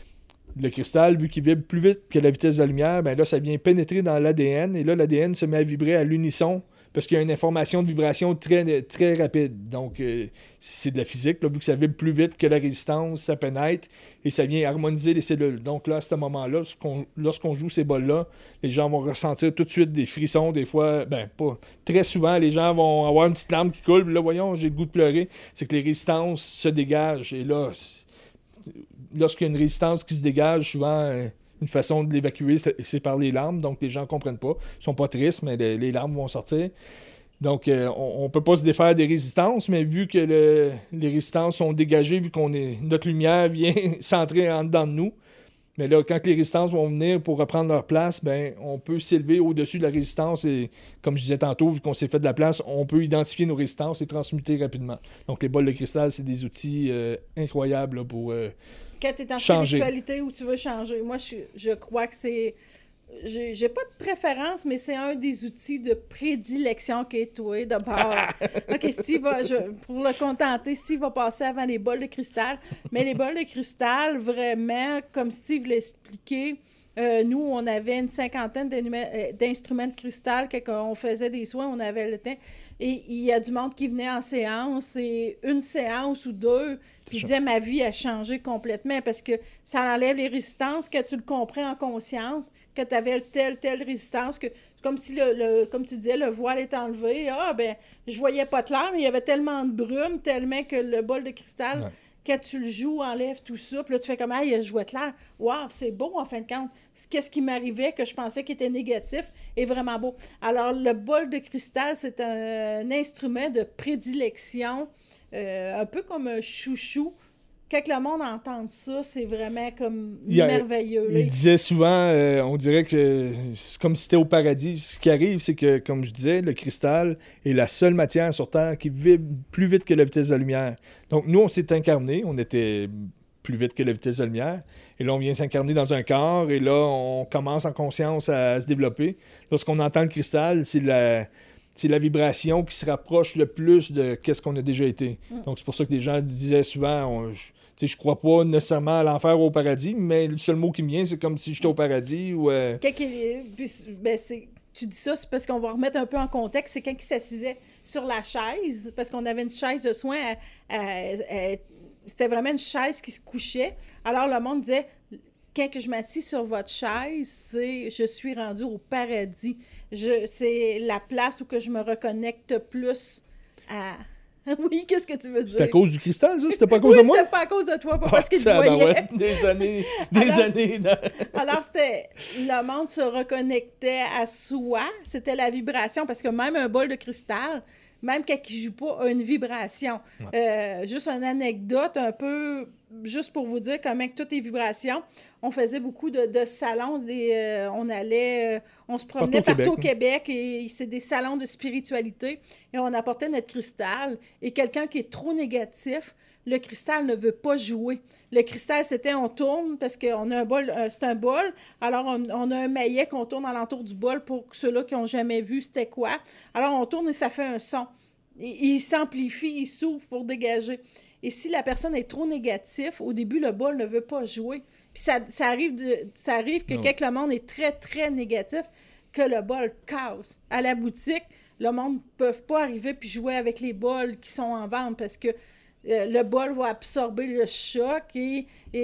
Le cristal, vu qu'il vibre plus vite que la vitesse de la lumière, ben là, ça vient pénétrer dans l'A D N. Et là, l'A D N se met à vibrer à l'unisson parce qu'il y a une information de vibration très, très rapide. Donc, euh, c'est de la physique. Là, vu que ça vibre plus vite que la résistance, ça pénètre et ça vient harmoniser les cellules. Donc là, à ce moment-là, lorsqu'on, lorsqu'on joue ces bols-là, les gens vont ressentir tout de suite des frissons. Des fois, ben pas très souvent, les gens vont avoir une petite larme qui coule. Puis là, voyons, j'ai le goût de pleurer. C'est que les résistances se dégagent. Et là, lorsqu'il y a une résistance qui se dégage, souvent, euh, une façon de l'évacuer, c'est, c'est par les larmes. Donc, les gens ne comprennent pas. Ils ne sont pas tristes, mais les, les larmes vont sortir. Donc, euh, on ne peut pas se défaire des résistances, mais vu que le, les résistances sont dégagées, vu qu'on est notre lumière vient s'entrer en dedans de nous, mais là, quand les résistances vont venir pour reprendre leur place, ben, on peut s'élever au-dessus de la résistance et, comme je disais tantôt, vu qu'on s'est fait de la place, on peut identifier nos résistances et transmuter rapidement. Donc, les bols de cristal, c'est des outils euh, incroyables là, pour euh, Quand tu es en changer. spiritualité où tu veux changer, moi, je, je crois que c'est... J'ai, j'ai pas de préférence, mais c'est un des outils de prédilection qu'est toi, d'abord. OK, Steve va, je, pour le contenter, Steve va passer avant les bols de cristal. Mais les bols de cristal, vraiment, comme Steve l'a expliqué, euh, nous, on avait une cinquantaine d'instruments de cristal. Quand on faisait des soins, on avait le temps. Et il y a du monde qui venait en séance, et une séance ou deux, qui disait « Ma vie a changé complètement » parce que ça enlève les résistances, que tu le comprends en conscience, que tu avais telle, telle résistance, que comme si, le, le, comme tu disais, le voile est enlevé. Ah, ben, je voyais pas clair, mais il y avait tellement de brume, tellement que le bol de cristal, ouais. Quand tu le joues, enlève tout ça. Puis là, tu fais comme, ah, il je jouais clair. Waouh, c'est beau, en fin de compte. Qu'est-ce qui m'arrivait que je pensais qui était négatif est vraiment beau. Alors, le bol de cristal, c'est un, un instrument de prédilection, euh, un peu comme un chouchou. Quand le monde entend ça, c'est vraiment comme il merveilleux. Il, il disait souvent, euh, on dirait que c'est comme si c'était au paradis. Ce qui arrive, c'est que, comme je disais, le cristal est la seule matière sur Terre qui vibre plus vite que la vitesse de la lumière. Donc, nous, on s'est incarnés, on était plus vite que la vitesse de la lumière. Et là, on vient s'incarner dans un corps, et là, on commence en conscience à, à se développer. Lorsqu'on entend le cristal, c'est la... c'est la vibration qui se rapproche le plus de qu'est-ce qu'on a déjà été. Mm. Donc, c'est pour ça que les gens disaient souvent, on, je, je crois pas nécessairement à l'enfer ou au paradis, mais le seul mot qui me vient, c'est comme si j'étais au paradis ou... Euh... Quand il, puis, ben, c'est, tu dis ça, c'est parce qu'on va remettre un peu en contexte, c'est quand il s'assisait sur la chaise, parce qu'on avait une chaise de soins, à, à, à, c'était vraiment une chaise qui se couchait. Alors, le monde disait... Quand que je m'assis sur votre chaise, c'est je suis rendu au paradis. Je, c'est la place où que je me reconnecte plus à... Oui, qu'est-ce que tu veux dire? C'est à cause du cristal, ça? C'était pas à cause oui, de moi? c'était pas à cause de toi, pas oh, parce qu'il te voyait. Ben ouais, des années, des alors, années. Dans... alors, c'était... Le monde se reconnectait à soi. C'était la vibration, parce que même un bol de cristal... Même quand il ne joue pas, a une vibration. Ouais. Euh, juste une anecdote, un peu, juste pour vous dire comment que toutes les vibrations, on faisait beaucoup de, de salons, des, euh, on allait, euh, on se promenait partout, partout au Québec, au Québec et c'est des salons de spiritualité et on apportait notre cristal et quelqu'un qui est trop négatif, le cristal ne veut pas jouer. Le cristal, c'était on tourne parce qu'on a un bol, euh, c'est un bol. Alors, on, on a un maillet qu'on tourne alentour du bol pour ceux-là qui n'ont jamais vu c'était quoi. Alors, on tourne et ça fait un son. Et, il s'amplifie, il s'ouvre pour dégager. Et si la personne est trop négative, au début, le bol ne veut pas jouer. Puis ça, ça, arrive, de, ça arrive que non. Quand le monde est très, très négatif, que le bol casse. À la boutique, le monde ne peut pas arriver puis jouer avec les bols qui sont en vente parce que Euh, le bol va absorber le choc et, et,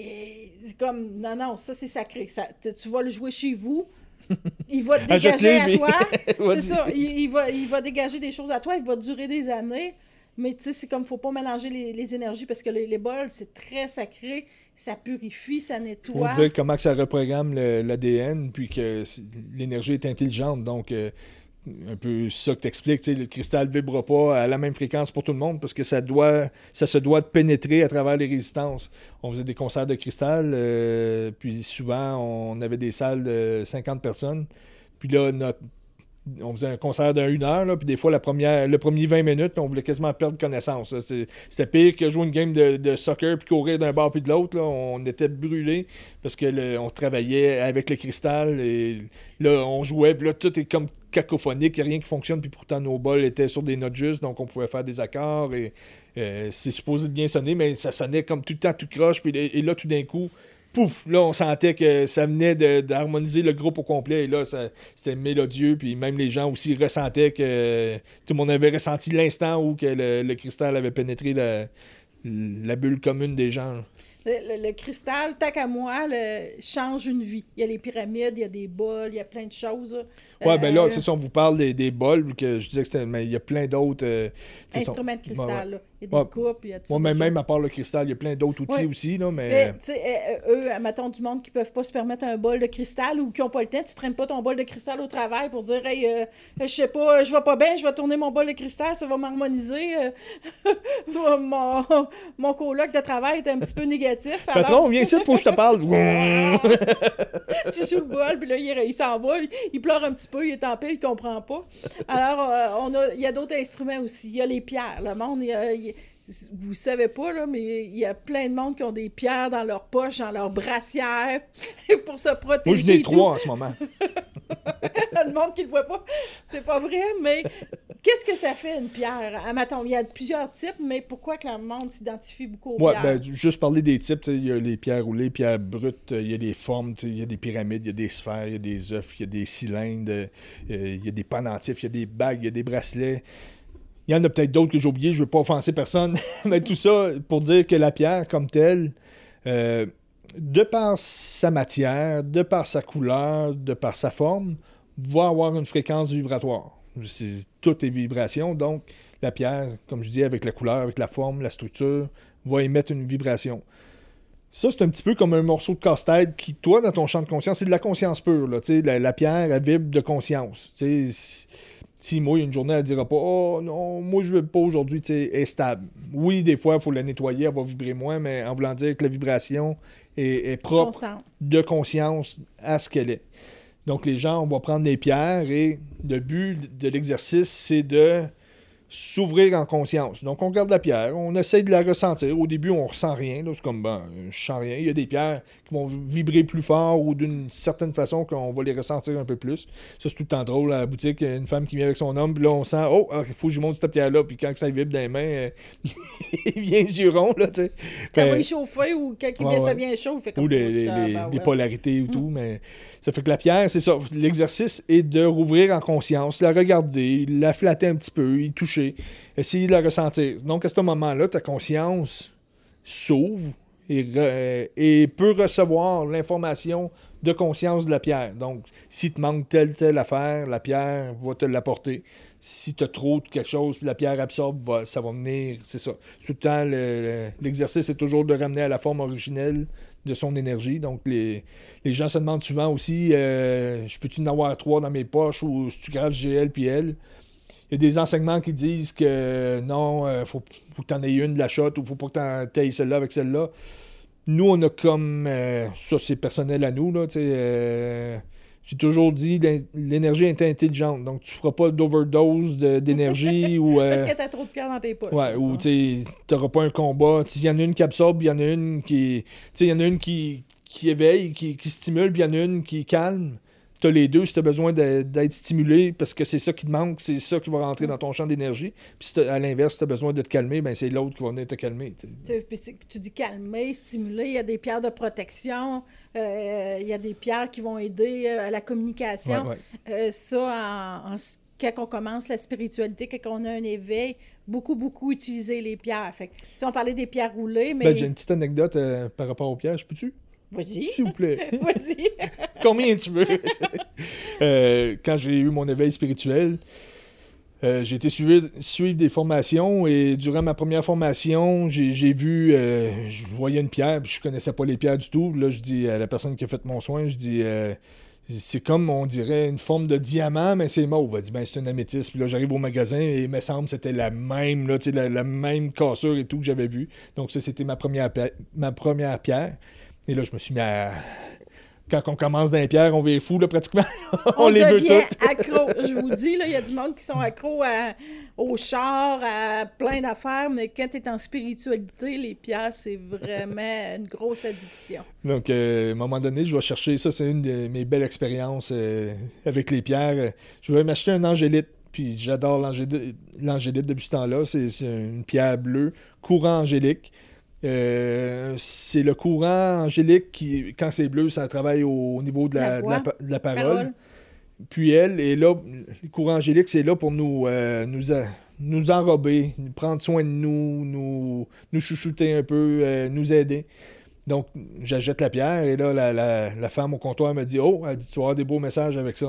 et c'est comme, non, non, ça c'est sacré. Ça, tu vas le jouer chez vous, il va te dégager à toi. C'est ça, il, il, va, il va dégager des choses à toi, il va durer des années. Mais tu sais, c'est comme, il ne faut pas mélanger les, les énergies parce que les, les bols, c'est très sacré, ça purifie, ça nettoie. On dirait comment que ça reprogramme l'A D N puis que l'énergie est intelligente. Donc, euh, un peu ça que tu expliques. Le cristal ne vibre pas à la même fréquence pour tout le monde parce que ça doit ça se doit de pénétrer à travers les résistances. On faisait des concerts de cristal, euh, puis souvent, on avait des salles de cinquante personnes. Puis là, notre on faisait un concert d'une heure, là, puis des fois, la première, le premier vingt minutes, on voulait quasiment perdre connaissance. C'est, c'était pire que jouer une game de, de soccer puis courir d'un bord puis de l'autre. Là. On était brûlés parce que le, on travaillait avec le cristal et là, on jouait, puis là, tout est comme cacophonique, il n'y a rien qui fonctionne, puis pourtant, nos bols étaient sur des notes justes, donc on pouvait faire des accords et euh, c'est supposé bien sonner, mais ça sonnait comme tout le temps tout croche, puis et là, tout d'un coup, pouf, là, on sentait que ça venait de, d'harmoniser le groupe au complet. Et là, ça, c'était mélodieux. Puis même les gens aussi ressentaient que tout le monde avait ressenti l'instant où que le, le cristal avait pénétré la, la bulle commune des gens. Le, le, le cristal, tant qu'à moi, le, change une vie. Il y a les pyramides, il y a des bols, il y a plein de choses. Ouais, euh, ben là, euh, c'est ça, on vous parle des, des bols, que je disais que c'était. Mais il y a plein d'autres. Euh, instruments de cristal, ouais, ouais. Là. Il y a des ouais. coupes, il y a tout ça. Ouais, mais même à part le cristal, il y a plein d'autres outils ouais. aussi, là, mais... mais tu sais, euh, eux, mettons du monde qui peuvent pas se permettre un bol de cristal ou qui ont pas le temps, tu traînes pas ton bol de cristal au travail pour dire, hey, euh, je sais pas, je vais pas bien, je vais tourner mon bol de cristal, ça va m'harmoniser. Euh, mon, mon coloc de travail est un petit peu négatif. Patron, alors... viens ici, il faut que je te parle. Je joue le bol, puis là, il, il s'en va, il pleure un petit peu, il est en paix, il comprend pas. Alors, euh, on a, il y a d'autres instruments aussi. Il y a les pierres. Le monde, il y a, il, vous savez pas, là, mais il y a plein de monde qui ont des pierres dans leur poche, dans leur brassière, pour se protéger. Moi, je n'ai trois en ce moment. Le monde qui le voit pas, c'est pas vrai, mais qu'est-ce que ça fait, une pierre? Admettons, il y a plusieurs types, mais pourquoi que le monde s'identifie beaucoup aux ouais, pierres? Ben, juste parler des types, il y a les pierres roulées, pierres brutes, il y a des formes, il y a des pyramides, il y a des sphères, il y a des œufs, il y a des cylindres, il y a des pendentifs, il y a des bagues, il y a des bracelets. Il y en a peut-être d'autres que j'ai oubliés, je ne veux pas offenser personne, mais tout ça pour dire que la pierre, comme telle, euh, de par sa matière, de par sa couleur, de par sa forme, va avoir une fréquence vibratoire. C'est, tout est vibration, donc la pierre, comme je dis, avec la couleur, avec la forme, la structure, va émettre une vibration. Ça, c'est un petit peu comme un morceau de casse-tête qui, toi, dans ton champ de conscience, c'est de la conscience pure. Là, la, la pierre, elle vibre de conscience. Si, si moi, une journée, elle ne dira pas « Oh non, moi, je ne veux pas aujourd'hui, elle est stable. » Oui, des fois, il faut la nettoyer, elle va vibrer moins, mais en voulant dire que la vibration est, est propre Constant. De conscience à ce qu'elle est. Donc, les gens, on va prendre des pierres et le but de l'exercice, c'est de s'ouvrir en conscience. Donc, on regarde la pierre, on essaie de la ressentir. Au début, on ne ressent rien. Là, c'est comme, ben, je sens rien. Il y a des pierres qui vont vibrer plus fort ou d'une certaine façon qu'on va les ressentir un peu plus. Ça, c'est tout le temps drôle. À la boutique, il y a une femme qui vient avec son homme, puis là, on sent, oh, il faut que je monte cette pierre-là. Puis quand ça vibre dans les mains, euh, il vient les yeux ronds, là, tu sais. Ça va échauffer ou quand il ouais, vient, ouais. ça vient chaud. Fait comme ou les, les, ben, les, ben, les ouais. polarités ou mm. tout, mais ça fait que la pierre, c'est ça. L'exercice est de rouvrir en conscience, la regarder, la flatter un petit peu, y toucher, essayer de la ressentir. Donc, à ce moment-là, ta conscience s'ouvre et, re, et peut recevoir l'information de conscience de la pierre. Donc, si te manque telle, telle affaire, la pierre va te l'apporter. Si tu as trop de quelque chose, puis la pierre absorbe, va, ça va venir, c'est ça. Tout le temps, le, le, l'exercice est toujours de ramener à la forme originelle de son énergie. Donc, les, les gens se demandent souvent aussi, euh, je peux-tu en avoir trois dans mes poches ou si tu graves G L puis L? Il y a des enseignements qui disent que non, il euh, faut, faut que tu en aies une de la shot ou faut pas que tu ailles celle-là avec celle-là. Nous, on a comme... Euh, ça, c'est personnel à nous, là, tu sais... Euh, j'ai toujours dit l'énergie est intelligente, donc tu feras pas d'overdose de, d'énergie ou... Euh, Parce que t'as trop de pierres dans tes poches. Ouais, ou tu n'auras pas un combat. S'il y en a une qui absorbe, il y en a une qui... Tu sais, il y en a une qui, qui éveille, qui, qui stimule, puis il y en a une qui calme. Tu as les deux si tu as besoin de, d'être stimulé, parce que c'est ça qui te manque, c'est ça qui va rentrer dans ton champ d'énergie. Puis si à l'inverse, si tu as besoin de te calmer, ben c'est l'autre qui va venir te calmer. Tu, tu dis calmer, stimuler, il y a des pierres de protection, euh, il y a des pierres qui vont aider euh, à la communication. Ouais, ouais. Euh, ça, en, en, quand on commence la spiritualité, quand on a un éveil, beaucoup, beaucoup utiliser les pierres. Fait que, on parlait des pierres roulées, mais... Ben, j'ai une petite anecdote euh, par rapport aux pierres, je peux-tu? Vas-y. S'il vous plaît. Vas-y. Combien tu veux? euh, quand j'ai eu mon éveil spirituel, euh, j'ai été suivre, suivre des formations et durant ma première formation, j'ai, j'ai vu, euh, je voyais une pierre, puis je connaissais pas les pierres du tout. Là, je dis à la personne qui a fait mon soin, je dis, euh, c'est comme, on dirait, une forme de diamant, mais c'est mauve. Elle dit, ben, c'est une améthyste. Puis là, j'arrive au magasin et il me semble que c'était la même, là, la, la même cassure et tout que j'avais vu. Donc, ça, c'était ma première, ma première pierre. Et là, je me suis mis à... Quand on commence dans les pierres, on vient fou, là, pratiquement. on, on les veut toutes. accro. Je vous dis, il y a du monde qui sont accros à, au char, à plein d'affaires, mais quand tu es en spiritualité, les pierres, c'est vraiment une grosse addiction. Donc, euh, à un moment donné, je vais chercher, ça, c'est une de mes belles expériences euh, avec les pierres. Je vais m'acheter un angélite, puis j'adore l'angélite, l'angélite depuis ce temps-là. C'est, c'est une pierre bleue, courant angélique. Euh, c'est le courant angélique qui, quand c'est bleu, ça travaille au, au niveau de la, la, de la, de la parole. parole. Puis elle est là, le courant angélique, c'est là pour nous, euh, nous, a, nous enrober, prendre soin de nous, nous, nous chouchouter un peu, euh, nous aider. Donc, j'achète la pierre et là, la, la, la femme au comptoir me dit « Oh, elle dit, tu vas avoir des beaux messages avec ça. »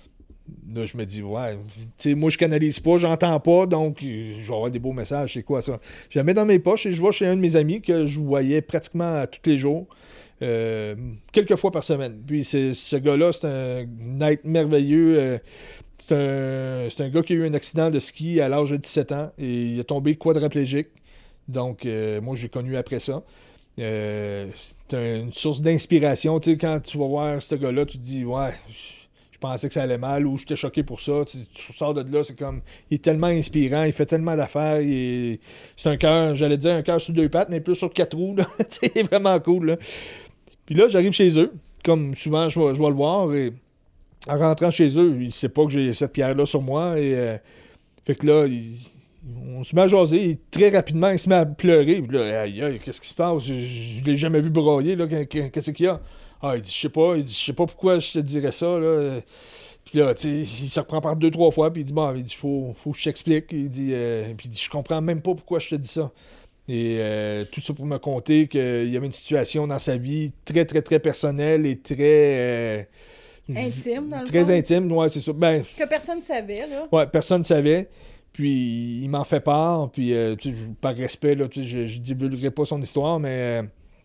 Là, je me dis, ouais, tu sais, moi, je canalise pas, j'entends pas, donc je vais avoir des beaux messages, c'est quoi ça? Je la mets dans mes poches et je vais chez un de mes amis que je voyais pratiquement tous les jours, euh, quelques fois par semaine. Puis c'est, ce gars-là, c'est un être merveilleux. Euh, c'est, un, c'est un gars qui a eu un accident de ski à l'âge de dix-sept ans et il est tombé quadraplégique. Donc, euh, moi, j'ai connu après ça. Euh, c'est une source d'inspiration. Tu sais, quand tu vas voir ce gars-là, tu te dis, ouais... Je pensais que ça allait mal ou j'étais choqué pour ça. Tu, tu sors de là, c'est comme... Il est tellement inspirant, il fait tellement d'affaires. Il est, c'est un cœur, j'allais dire un cœur sur deux pattes, mais plus sur quatre roues. Là. C'est vraiment cool. Là. Puis là, j'arrive chez eux. Comme souvent, je vais, je vais le voir. Et en rentrant chez eux, il ne sait pas que j'ai cette pierre-là sur moi. Et euh, fait que là, il, on se met à jaser. Et très rapidement, il se met à pleurer. Puis là, aïe, aïe, qu'est-ce qui se passe? Je ne l'ai jamais vu broyer. Là. Qu'est-ce qu'il y a? Ah, il dit, je sais pas, il dit, je sais pas pourquoi je te dirais ça, là. Puis là, tu sais, il se reprend par deux, trois fois, puis il dit, bon, il dit, faut, faut que je t'explique. Il dit, euh, puis il dit, je comprends même pas pourquoi je te dis ça. Et euh, tout ça pour me conter qu'il y avait une situation dans sa vie très, très, très personnelle et très... Euh, intime, dans le Très fond. intime, ouais, c'est ça. Ben, que personne ne savait, là. Ouais, personne ne savait. Puis il m'en fait part, puis euh, tu sais, par respect, là, tu sais, je ne divulguerai pas son histoire, mais... Euh,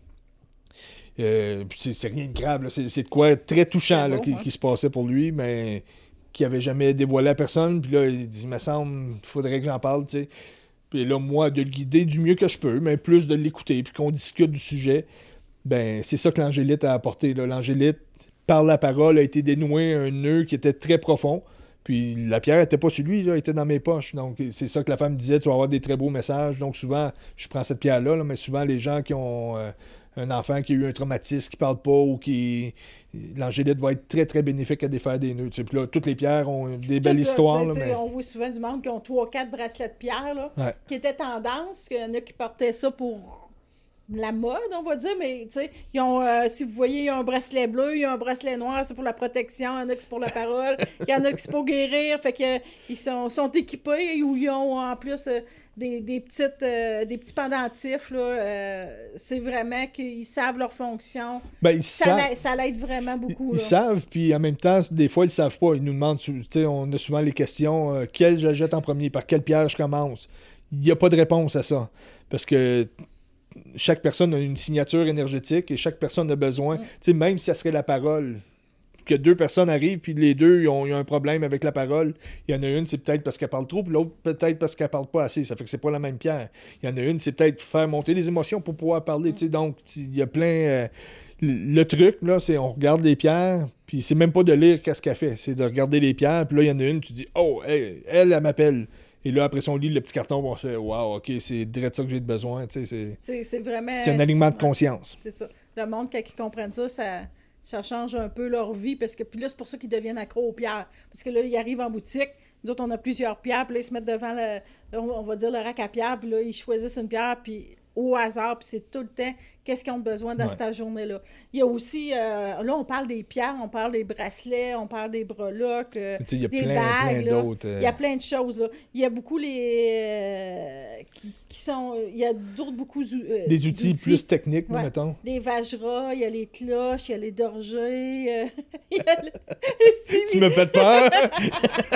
Euh, c'est, c'est rien de grave, là. C'est, c'est de quoi très touchant là, beau, qui, hein? qui se passait pour lui, mais qui n'avait jamais dévoilé à personne. Puis là, il dit, il me semble, il faudrait que j'en parle, tu sais. Puis là, moi, de le guider du mieux que je peux, mais plus de l'écouter, puis qu'on discute du sujet, ben c'est ça que l'angélite a apporté. Là. L'angélite, par la parole, a été dénoué un nœud qui était très profond. Puis la pierre n'était pas sur lui, là, elle était dans mes poches. Donc, c'est ça que la femme disait, tu vas avoir des très beaux messages. Donc, souvent, je prends cette pierre-là, là, mais souvent, les gens qui ont... Euh, un enfant qui a eu un traumatisme, qui ne parle pas ou qui... L'angélite va être très, très bénéfique à défaire des nœuds. Puis là, toutes les pierres ont des belles Tout, histoires. Là, mais... On voit souvent du monde qui ont trois quatre bracelets de pierre, là, ouais. qui étaient tendance. Il y en a qui portaient ça pour la mode, on va dire, mais tu sais, ils ont, euh, si vous voyez, il y a un bracelet bleu, il y a un bracelet noir, c'est pour la protection, il y en a qui c'est pour la parole, il y en a qui c'est pour guérir, fait que ils sont, sont équipés ou ils ont en plus... Euh, Des, des, petites, euh, des petits pendentifs, là, euh, c'est vraiment qu'ils savent leur fonction. Ben, ils ça, savent, l'aide, ça l'aide vraiment beaucoup. Ils, ils là. savent, puis en même temps, des fois, ils ne savent pas. Ils nous demandent, tu sais, on a souvent les questions, euh, quelle je jette en premier, par quelle pierre je commence? Il n'y a pas de réponse à ça. Parce que chaque personne a une signature énergétique et chaque personne a besoin, mm. tu sais, même si ça serait la parole, que deux personnes arrivent, puis les deux, ils ont, ils ont un problème avec la parole. Il y en a une, c'est peut-être parce qu'elle parle trop, puis l'autre, peut-être parce qu'elle parle pas assez. Ça fait que c'est pas la même pierre. Il y en a une, c'est peut-être faire monter les émotions pour pouvoir parler. Mm. Donc, il y a plein... Euh, le truc, là, c'est on regarde les pierres, puis c'est même pas de lire qu'est-ce qu'elle fait. C'est de regarder les pierres, puis là, il y en a une, tu dis « Oh, elle, elle, elle m'appelle. » Et là, après son lit, le petit carton, on fait « Wow, OK, c'est direct ça que j'ai de besoin. » C'est, c'est, c'est vraiment... C'est un alignement de conscience. C'est ça. Le monde, quand ils comprennent ça, ça... ça change un peu leur vie, parce que puis là, c'est pour ça qu'ils deviennent accros aux pierres. Parce que là, ils arrivent en boutique, nous autres, on a plusieurs pierres, puis là, ils se mettent devant le, on va dire le rack à pierres, puis là, ils choisissent une pierre, puis au hasard, puis c'est tout le temps qu'est-ce qu'ils ont besoin dans ouais. cette journée-là. Il y a aussi, euh, là, on parle des pierres, on parle des bracelets, on parle des breloques, euh, il y a des plein, bagues. Plein là. d'autres. Euh... Il y a plein de choses. Là. Il y a beaucoup les... Euh, qui, qui sont... Il y a d'autres beaucoup... Euh, des outils, outils plus techniques, ouais. mettons. Les vageras, il y a les cloches, il y a les dorgers. Euh, il y a le... tu me fais peur!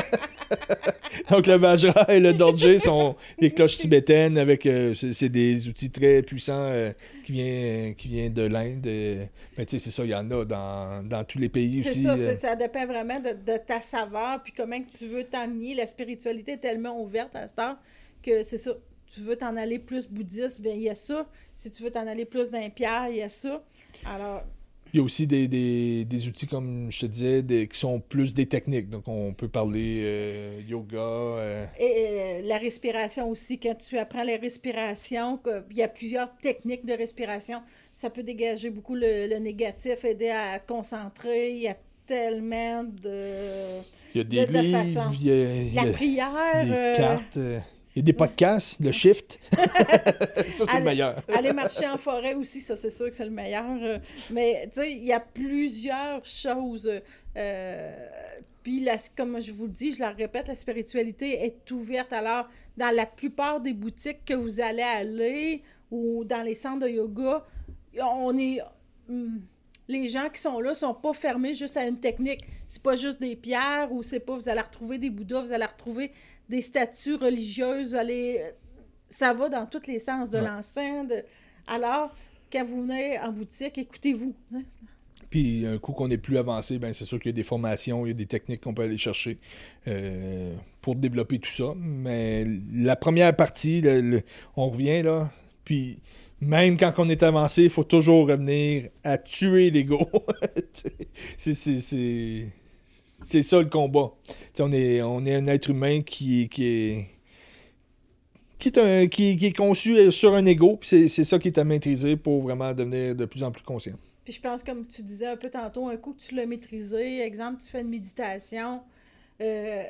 Donc, le Vajra et le Dorje sont des cloches tibétaines avec... Euh, c'est, c'est des outils très puissants euh, qui, vient, qui viennent de l'Inde. Euh, mais tu sais, c'est ça, il y en a dans, dans tous les pays c'est aussi. ça, euh. c'est, ça dépend vraiment de, de ta saveur, puis comment que tu veux t'enligner. La spiritualité est tellement ouverte à cette heure que c'est ça. Tu veux t'en aller plus bouddhiste, bien, il y a ça. Si tu veux t'en aller plus d'un pierre, il y a ça. Alors... Il y a aussi des, des, des outils, comme je te disais, des, qui sont plus des techniques. Donc, on peut parler euh, yoga. Euh... Et euh, la respiration aussi. Quand tu apprends la respiration, que, il y a plusieurs techniques de respiration. Ça peut dégager beaucoup le, le négatif, aider à te concentrer. Il y a tellement de, il y a des de, de livres, façons. Il y a, il y a la prière. Des euh... cartes. Euh... Il y a des podcasts, le shift. Ça, c'est aller, le meilleur. Aller marcher en forêt aussi, ça, c'est sûr que c'est le meilleur. Mais, tu sais, il y a plusieurs choses. Euh, puis, la, comme je vous le dis, je la répète, la spiritualité est ouverte. Alors, dans la plupart des boutiques que vous allez aller ou dans les centres de yoga, on est... Hum, les gens qui sont là sont pas fermés juste à une technique. C'est pas juste des pierres ou c'est pas... Vous allez retrouver des bouddhas, vous allez retrouver des statues religieuses, allez... ça va dans tous les sens, de ouais. l'encens. De... Alors, quand vous venez en boutique, écoutez-vous. Hein? Puis, un coup qu'on est plus avancé, ben c'est sûr qu'il y a des formations, il y a des techniques qu'on peut aller chercher euh, pour développer tout ça. Mais la première partie, le, le, on revient là, puis même quand on est avancé, il faut toujours revenir à tuer l'ego. c'est, c'est, c'est, c'est ça le combat. On est, on est un être humain qui, qui est... Qui est, un, qui, qui est conçu sur un ego, puis c'est, c'est ça qui est à maîtriser pour vraiment devenir de plus en plus conscient. Puis je pense, comme tu disais un peu tantôt, un coup que tu l'as maîtrisé, exemple, tu fais une méditation, euh,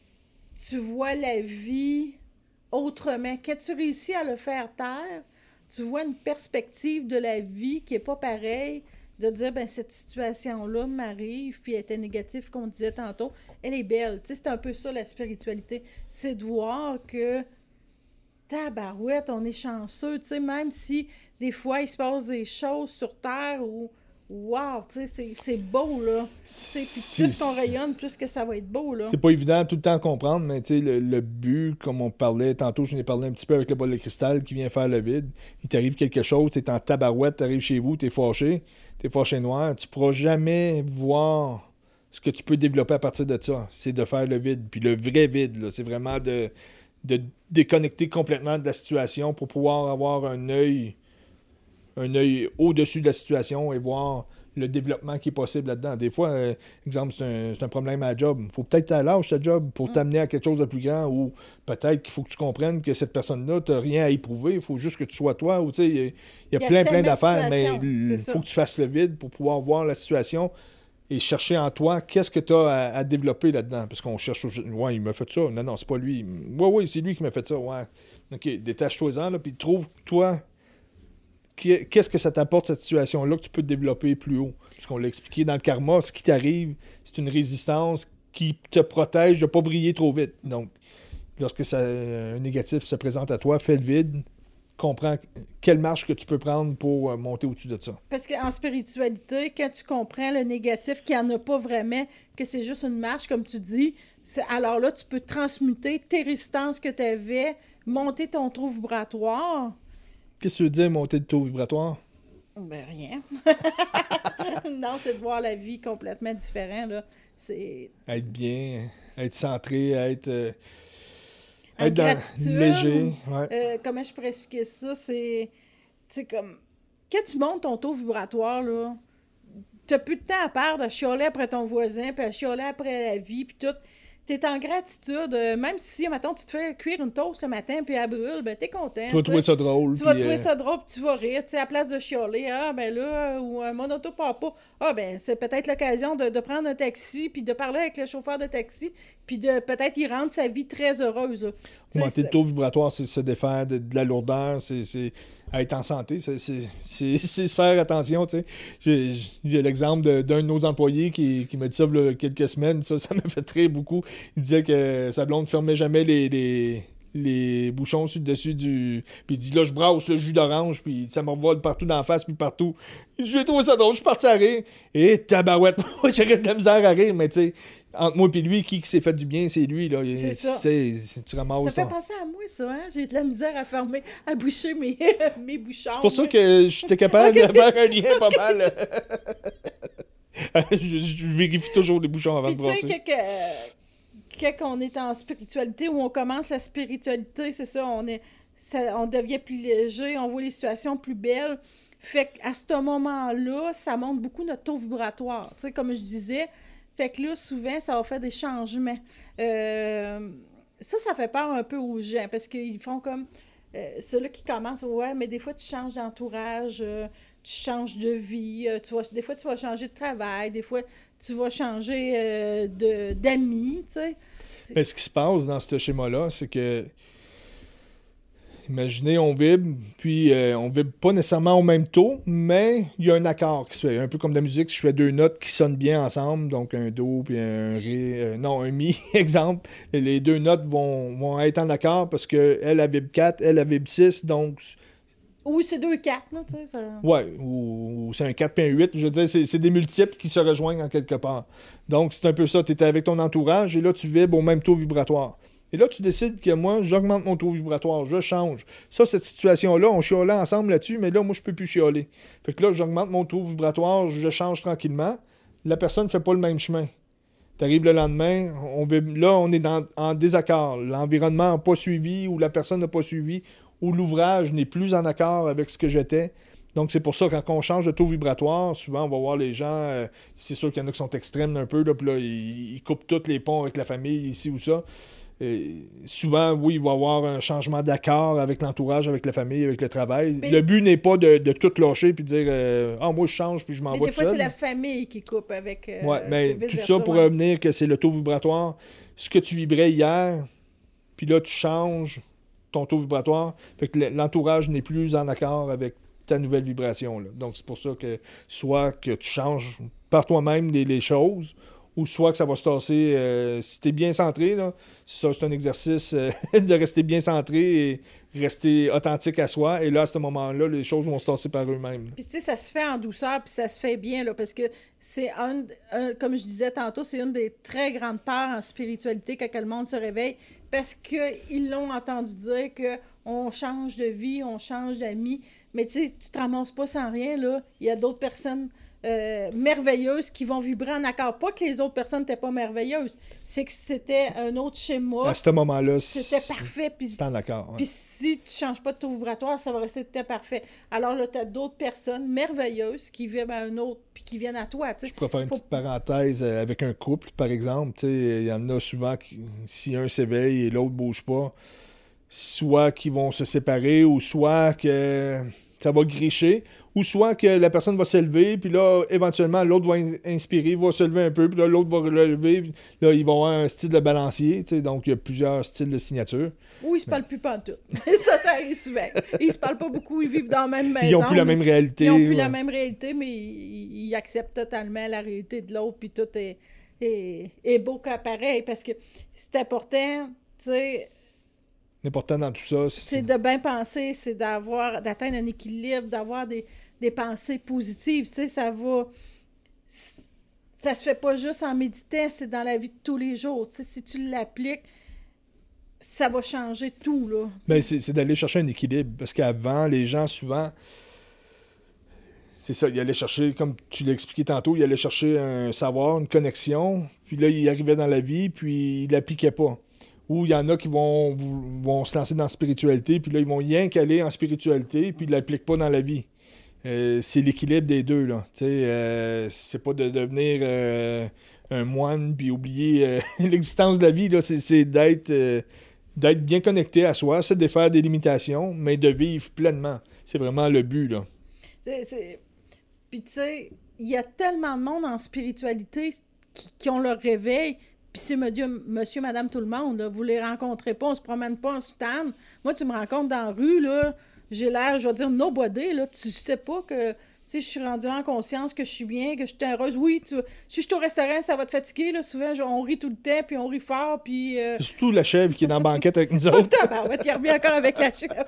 tu vois la vie autrement. Quand tu réussis à le faire taire, tu vois une perspective de la vie qui n'est pas pareille, de dire, ben cette situation-là m'arrive, puis elle était négative, qu'on disait tantôt, elle est belle. Tu sais, c'est un peu ça, la spiritualité. C'est de voir que tabarouette, on est chanceux, tu sais, même si des fois il se passe des choses sur Terre où, wow, tu sais, c'est, c'est beau, là. Tu sais, puis plus qu'on rayonne, plus que ça va être beau, là. C'est pas évident tout le temps à comprendre, mais tu sais, le, le but, comme on parlait, tantôt, je n'ai parlé un petit peu avec le bol de cristal qui vient faire le vide. Il t'arrive quelque chose, t'es en tabarouette, t'arrives chez vous, t'es fâché, t'es fâché noir, tu pourras jamais voir ce que tu peux développer à partir de ça. C'est de faire le vide, puis le vrai vide, là, c'est vraiment de... de déconnecter complètement de la situation pour pouvoir avoir un œil un œil au-dessus de la situation et voir le développement qui est possible là-dedans. Des fois, euh, exemple, c'est un, c'est un problème à la job. Il faut peut-être que tu lâches ta job pour mm. t'amener à quelque chose de plus grand ou peut-être qu'il faut que tu comprennes que cette personne-là, tu n'as rien à éprouver. Il faut juste que tu sois toi. Ou, il y a, y a plein, plein d'affaires, mais il faut que tu fasses le vide pour pouvoir voir la situation et chercher en toi qu'est-ce que tu as à, à développer là-dedans. Parce qu'on cherche... Ouais, il m'a fait ça. Non, non, c'est pas lui. Ouais, oui, c'est lui qui m'a fait ça. Ouais. OK, détache-toi-en, là, puis trouve, toi, qu'est-ce que ça t'apporte, cette situation-là, que tu peux développer plus haut. Parce qu'on l'a expliqué dans le karma, ce qui t'arrive, c'est une résistance qui te protège de ne pas briller trop vite. Donc, lorsque ça, un négatif se présente à toi, fais le vide, comprends quelle marche que tu peux prendre pour monter au-dessus de ça. Parce qu'en spiritualité, quand tu comprends le négatif, qu'il n'y en a pas vraiment, que c'est juste une marche, comme tu dis, c'est, alors là, tu peux transmuter tes résistances que tu avais, monter ton taux vibratoire. Qu'est-ce que tu veux dire, monter le taux vibratoire? Ben, rien. Non, c'est de voir la vie complètement différente, là. C'est... Être bien, être centré, être... Euh... En être gratitude, dans... léger. Ouais. Euh, comment je pourrais expliquer ça? C'est, c'est comme... Quand tu montes ton taux vibratoire, là, t'as plus de temps à perdre à chialer après ton voisin, puis à chialer après la vie, puis tout. T'es en gratitude. Euh, même si, maintenant tu te fais cuire une toast ce matin, puis elle brûle, ben t'es content. Tu vas trouver ça drôle. Tu vas trouver euh... ça drôle, puis tu vas rire. Tu sais, à place de chialer, ah, ben là, ou euh, mon auto part pas. Ah, ben c'est peut-être l'occasion de, de prendre un taxi, puis de parler avec le chauffeur de taxi, puis de peut-être y rendre sa vie très heureuse. Monter le taux vibratoire, c'est se défaire de, de la lourdeur, c'est... c'est... être en santé, c'est, c'est, c'est, c'est se faire attention, tu sais. J'ai, j'ai l'exemple de, d'un de nos employés qui, qui m'a dit ça il y a quelques semaines, ça, ça m'a fait très beaucoup. Il disait que sa blonde ne fermait jamais les, les, les bouchons sur le dessus du... Puis il dit, là, je brasse le jus d'orange, puis ça me revole partout dans la face, puis partout. J'ai trouvé ça drôle, je suis parti à rire. Et tabarouette, moi, j'aurais de la misère à rire, mais tu sais, entre moi et lui, qui, qui s'est fait du bien, c'est lui, là. C'est ça. Tu sais, tu ramasses... Ça fait ton... penser à moi, ça, hein? J'ai de la misère à fermer, à boucher mes, mes bouchons. C'est pour ça que j'étais capable okay. de faire un lien pas mal. je, je vérifie toujours les bouchons avant puis, de brasser. Tu sais, que... quand on est en spiritualité, où on commence la spiritualité, c'est ça, on est, ça, on devient plus léger, on voit les situations plus belles. Fait qu'à ce moment-là, ça monte beaucoup notre taux vibratoire. Tu sais, comme je disais, fait que là, souvent, ça va faire des changements. Euh, ça, ça fait peur un peu aux gens, parce qu'ils font comme... Euh, ceux-là qui commencent, ouais, mais des fois, tu changes d'entourage, euh, tu changes de vie, euh, tu vas, des fois, tu vas changer de travail, des fois, tu vas changer euh, de, d'amis, tu sais. Mais ce qui se passe dans ce schéma-là, c'est que, imaginez, on vibre, puis euh, on vibre pas nécessairement au même taux, mais il y a un accord qui se fait, un peu comme de la musique, si je fais deux notes qui sonnent bien ensemble, donc un do puis un ré, euh, non, un mi, exemple, les deux notes vont, vont être en accord parce qu'elle, elle vibre quatre, elle, elle vibre six, donc... Ou c'est deux quatre, là, tu sais. Ça... Ouais, ou, ou c'est un quatre puis un huit. Je veux dire, c'est, c'est des multiples qui se rejoignent en quelque part. Donc, c'est un peu ça. Tu es avec ton entourage et là, tu vibres au même taux vibratoire. Et là, tu décides que moi, j'augmente mon taux vibratoire, je change. Ça, cette situation-là, on chialait ensemble là-dessus, mais là, moi, je peux plus chialer. Fait que là, j'augmente mon taux vibratoire, je change tranquillement. La personne ne fait pas le même chemin. Tu arrives le lendemain, on vibre, là, on est dans, en désaccord. L'environnement n'a pas suivi ou la personne n'a pas suivi, où l'ouvrage n'est plus en accord avec ce que j'étais. Donc, c'est pour ça, quand on change de taux vibratoire, souvent, on va voir les gens, euh, c'est sûr qu'il y en a qui sont extrêmes un peu, là, puis là, ils, ils coupent tous les ponts avec la famille, ici ou ça. Et souvent, oui, il va y avoir un changement d'accord avec l'entourage, avec la famille, avec le travail. Mais le but n'est pas de, de tout lâcher puis de dire euh, « Ah, moi, je change puis je m'en vais tout seul. » Mais des fois, c'est la famille qui coupe avec... Euh, ouais, mais tout ça pour ouais. revenir que c'est le taux vibratoire. Ce que tu vibrais hier, puis là, tu changes ton taux vibratoire, fait que l'entourage n'est plus en accord avec ta nouvelle vibration. Là. Donc, c'est pour ça que soit que tu changes par toi-même les, les choses, ou soit que ça va se tasser. Euh, si tu es bien centré, là, ça, c'est un exercice euh, de rester bien centré et rester authentique à soi. Et là, à ce moment-là, les choses vont se tasser par eux-mêmes. Puis, tu sais, ça se fait en douceur, puis ça se fait bien, là, parce que c'est, un, un, comme je disais tantôt, c'est une des très grandes parts en spiritualité quand le monde se réveille, parce qu'ils l'ont entendu dire qu'on change de vie, on change d'amis. Mais tu sais, tu te ramasses pas sans rien, là. Il y a d'autres personnes euh, merveilleuses qui vont vibrer en accord. Pas que les autres personnes n'étaient pas merveilleuses, c'est que c'était un autre schéma. À ce moment-là, c'était parfait. Puis c'est en accord. Ouais. Puis si tu changes pas de taux vibratoire, ça va rester tout parfait. Alors là, tu as d'autres personnes merveilleuses qui vivent à un autre, puis qui viennent à toi. T'sais. Je pourrais faire une Faut... petite parenthèse avec un couple, par exemple. Il y en a souvent qui, si un s'éveille et l'autre bouge pas, soit qu'ils vont se séparer, ou soit que ça va gricher, ou soit que la personne va s'élever, puis là, éventuellement, l'autre va inspirer, va se lever un peu, puis là, l'autre va relever, puis là, ils vont avoir un style de balancier, tu sais, donc il y a plusieurs styles de signature. Ou ils se parlent plus pantoute. ça, ça arrive souvent. Ils se parlent pas beaucoup, ils vivent dans la même maison. Ils n'ont plus la même réalité. Ils n'ont plus ouais. la même réalité, mais ils, ils acceptent totalement la réalité de l'autre, puis tout est, est, est beau qu'à pareil, parce que c'est important, tu sais... L'important dans tout ça, c'est... c'est de bien penser, c'est d'avoir, d'atteindre un équilibre, d'avoir des, des pensées positives, tu sais, ça va... Ça se fait pas juste en méditant, c'est dans la vie de tous les jours, tu sais, si tu l'appliques, ça va changer tout, là. Ben, c'est, c'est d'aller chercher un équilibre, parce qu'avant, les gens, souvent... C'est ça, ils allaient chercher, comme tu l'as expliqué tantôt, ils allaient chercher un savoir, une connexion, puis là, ils arrivaient dans la vie, puis ils l'appliquaient pas. Ou il y en a qui vont, vont se lancer dans la spiritualité, puis là, ils vont rien qu'aller en spiritualité, puis ils ne l'appliquent pas dans la vie. Euh, c'est l'équilibre des deux, là. Tu sais, euh, c'est pas de devenir euh, un moine, puis oublier euh, l'existence de la vie, là. C'est, c'est d'être, euh, d'être bien connecté à soi, c'est de faire des limitations, mais de vivre pleinement. C'est vraiment le but, là. C'est, c'est... Puis, tu sais, il y a tellement de monde en spiritualité qui, qui ont leur réveil... Puis c'est monsieur, monsieur, madame, tout le monde, là, vous les rencontrez pas, on se promène pas en soutane. Moi, tu me rencontres dans la rue, là, j'ai l'air, je vais dire, nobody, là, tu sais pas que sais, je suis rendue en conscience que je suis bien, que je suis heureuse. Oui, tu, si je suis au restaurant, ça va te fatiguer, là. Souvent, je- on rit tout le temps, puis on rit fort, puis... Euh... C'est surtout la chèvre qui est dans la banquette avec nous autres. Tabarouette, il revient encore avec la chèvre.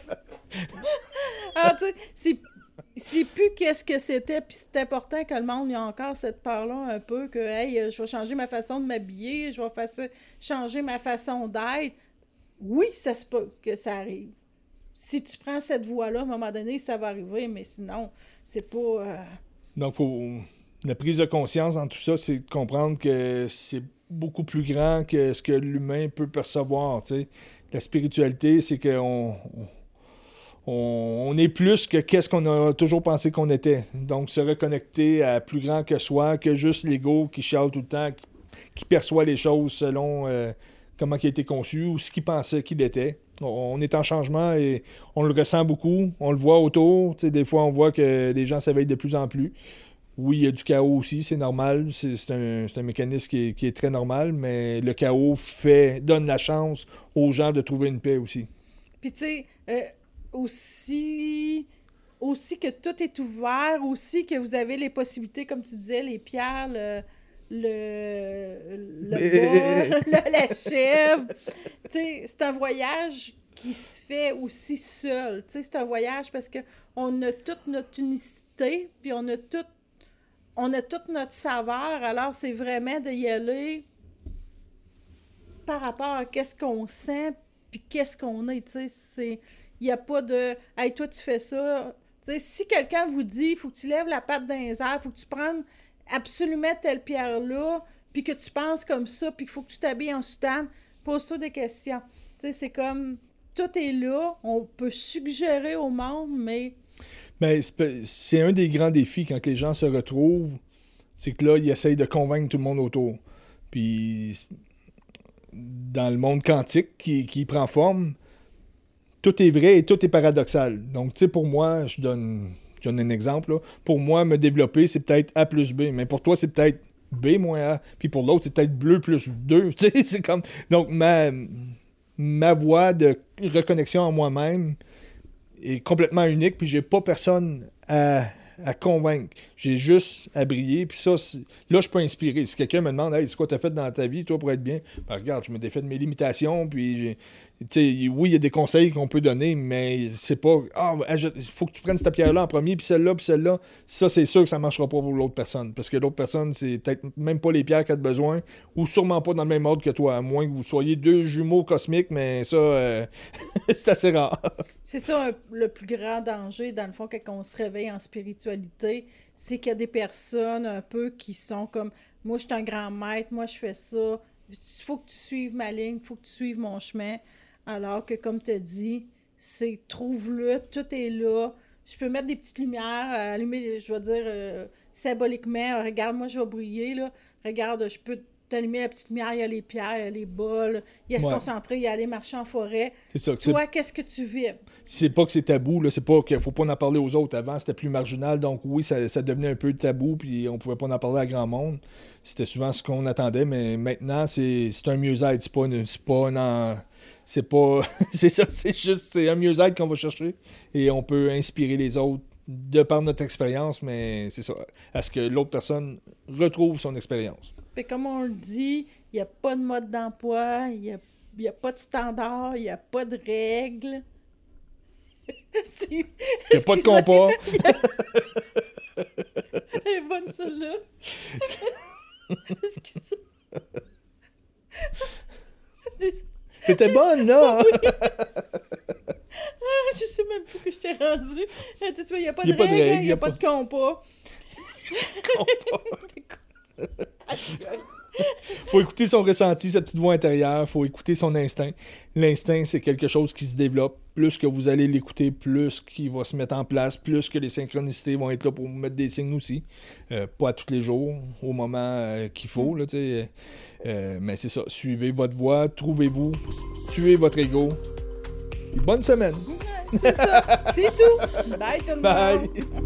Alors, tu sais, c'est... C'est plus qu'est-ce que c'était, puis c'est important que le monde ait encore cette peur-là un peu, que, hey, je vais changer ma façon de m'habiller, je vais fa- changer ma façon d'être. Oui, ça se peut que ça arrive. Si tu prends cette voie-là, à un moment donné, ça va arriver, mais sinon, c'est pas... Euh... Donc, faut... la prise de conscience dans tout ça, c'est de comprendre que c'est beaucoup plus grand que ce que l'humain peut percevoir, tu sais. La spiritualité, c'est qu'on... On... On, on est plus que qu'est-ce qu'on a toujours pensé qu'on était. Donc, se reconnecter à plus grand que soi, que juste l'ego qui chiale tout le temps, qui, qui perçoit les choses selon euh, comment il a été conçu ou ce qu'il pensait qu'il était. On, on est en changement et on le ressent beaucoup. On le voit autour. Tu sais, des fois, on voit que les gens s'éveillent de plus en plus. Oui, il y a du chaos aussi, c'est normal. C'est, c'est, un, c'est un mécanisme qui est, qui est très normal, mais le chaos fait, donne la chance aux gens de trouver une paix aussi. Puis, tu sais... Euh... Aussi, aussi que tout est ouvert, aussi que vous avez les possibilités, comme tu disais, les pierres, le, le, le bas, le, la chèvre. C'est un voyage qui se fait aussi seul. C'est un voyage parce qu'on a toute notre unicité, puis on a, tout, on a toute notre saveur. Alors, c'est vraiment d'y aller par rapport à qu'est-ce qu'on sent, puis qu'est-ce qu'on est. C'est... Il n'y a pas de « Hey, toi, tu fais ça. » Tu sais, si quelqu'un vous dit « Il faut que tu lèves la patte dans les airs, il faut que tu prennes absolument telle pierre-là, puis que tu penses comme ça, puis qu'il faut que tu t'habilles en soutane, pose-toi des questions. » Tu sais, c'est comme... Tout est là. On peut suggérer au monde, mais... Mais c'est un des grands défis quand les gens se retrouvent, c'est que là, ils essayent de convaincre tout le monde autour. Puis, dans le monde quantique qui, qui prend forme, tout est vrai et tout est paradoxal. Donc, tu sais, pour moi, je donne, je donne un exemple, là. Pour moi, me développer, c'est peut-être A plus B. Mais pour toi, c'est peut-être B moins A. Puis pour l'autre, c'est peut-être bleu plus deux. Tu sais, c'est comme... Donc, ma, ma voie de reconnexion en moi-même est complètement unique. Puis j'ai pas personne à, à convaincre. J'ai juste à briller. Puis ça, là, je peux inspirer. Si quelqu'un me demande « Hey, c'est quoi t'as fait dans ta vie, toi, pour être bien? » Ben, regarde, je me défais de mes limitations, puis j'ai... T'sais, oui, il y a des conseils qu'on peut donner, mais c'est pas « Ah, il faut que tu prennes cette pierre-là en premier, puis celle-là, puis celle-là. » Ça, c'est sûr que ça ne marchera pas pour l'autre personne. Parce que l'autre personne, c'est peut-être même pas les pierres qu'elle a besoin, ou sûrement pas dans le même ordre que toi, à moins que vous soyez deux jumeaux cosmiques, mais ça, euh, c'est assez rare. C'est ça le plus grand danger, dans le fond, quand on se réveille en spiritualité, c'est qu'il y a des personnes un peu qui sont comme « Moi, je suis un grand maître, moi, je fais ça. Il faut que tu suives ma ligne, il faut que tu suives mon chemin. » Alors que, comme tu as dit, c'est trouve-le, tout est là. Je peux mettre des petites lumières, allumer, je vais dire euh, symboliquement, regarde, moi je vais briller, là. Regarde, je peux t'allumer la petite lumière, il y a les pierres, il y a les bols, il y a ouais. se concentrer, il y a aller marcher en forêt. C'est ça. Toi, c'est... qu'est-ce que tu vis? C'est pas que c'est tabou, là. C'est pas qu'il faut pas en parler aux autres. Avant, c'était plus marginal, donc oui, ça, ça devenait un peu tabou, puis on pouvait pas en parler à grand monde. C'était souvent ce qu'on attendait, mais maintenant, c'est, c'est un mieux-être. C'est pas, une, c'est pas un... C'est pas... c'est ça, c'est juste... C'est un mieux-être qu'on va chercher, et on peut inspirer les autres de par notre expérience, mais c'est ça. À ce que l'autre personne retrouve son expérience. Puis comme on le dit, il n'y a pas de mode d'emploi, il n'y a, y a pas de standard, il n'y a pas de règles. Il n'y a pas de compas. Elle est bonne celle-là. Excusez. C'était bonne, là! Ah, je sais même plus que je t'ai rendu. Tu vois, il n'y a pas de règles, il n'y a pas de compas. Faut écouter son ressenti, sa petite voix intérieure. Faut écouter son instinct. L'instinct, c'est quelque chose qui se développe. Plus que vous allez l'écouter, plus qu'il va se mettre en place, plus que les synchronicités vont être là pour vous mettre des signes aussi. Euh, pas à tous les jours, au moment euh, qu'il faut. Là, euh, mais c'est ça. Suivez votre voie, trouvez-vous, tuez votre ego. Puis bonne semaine! C'est ça, c'est tout! Bye tout le monde! Bye!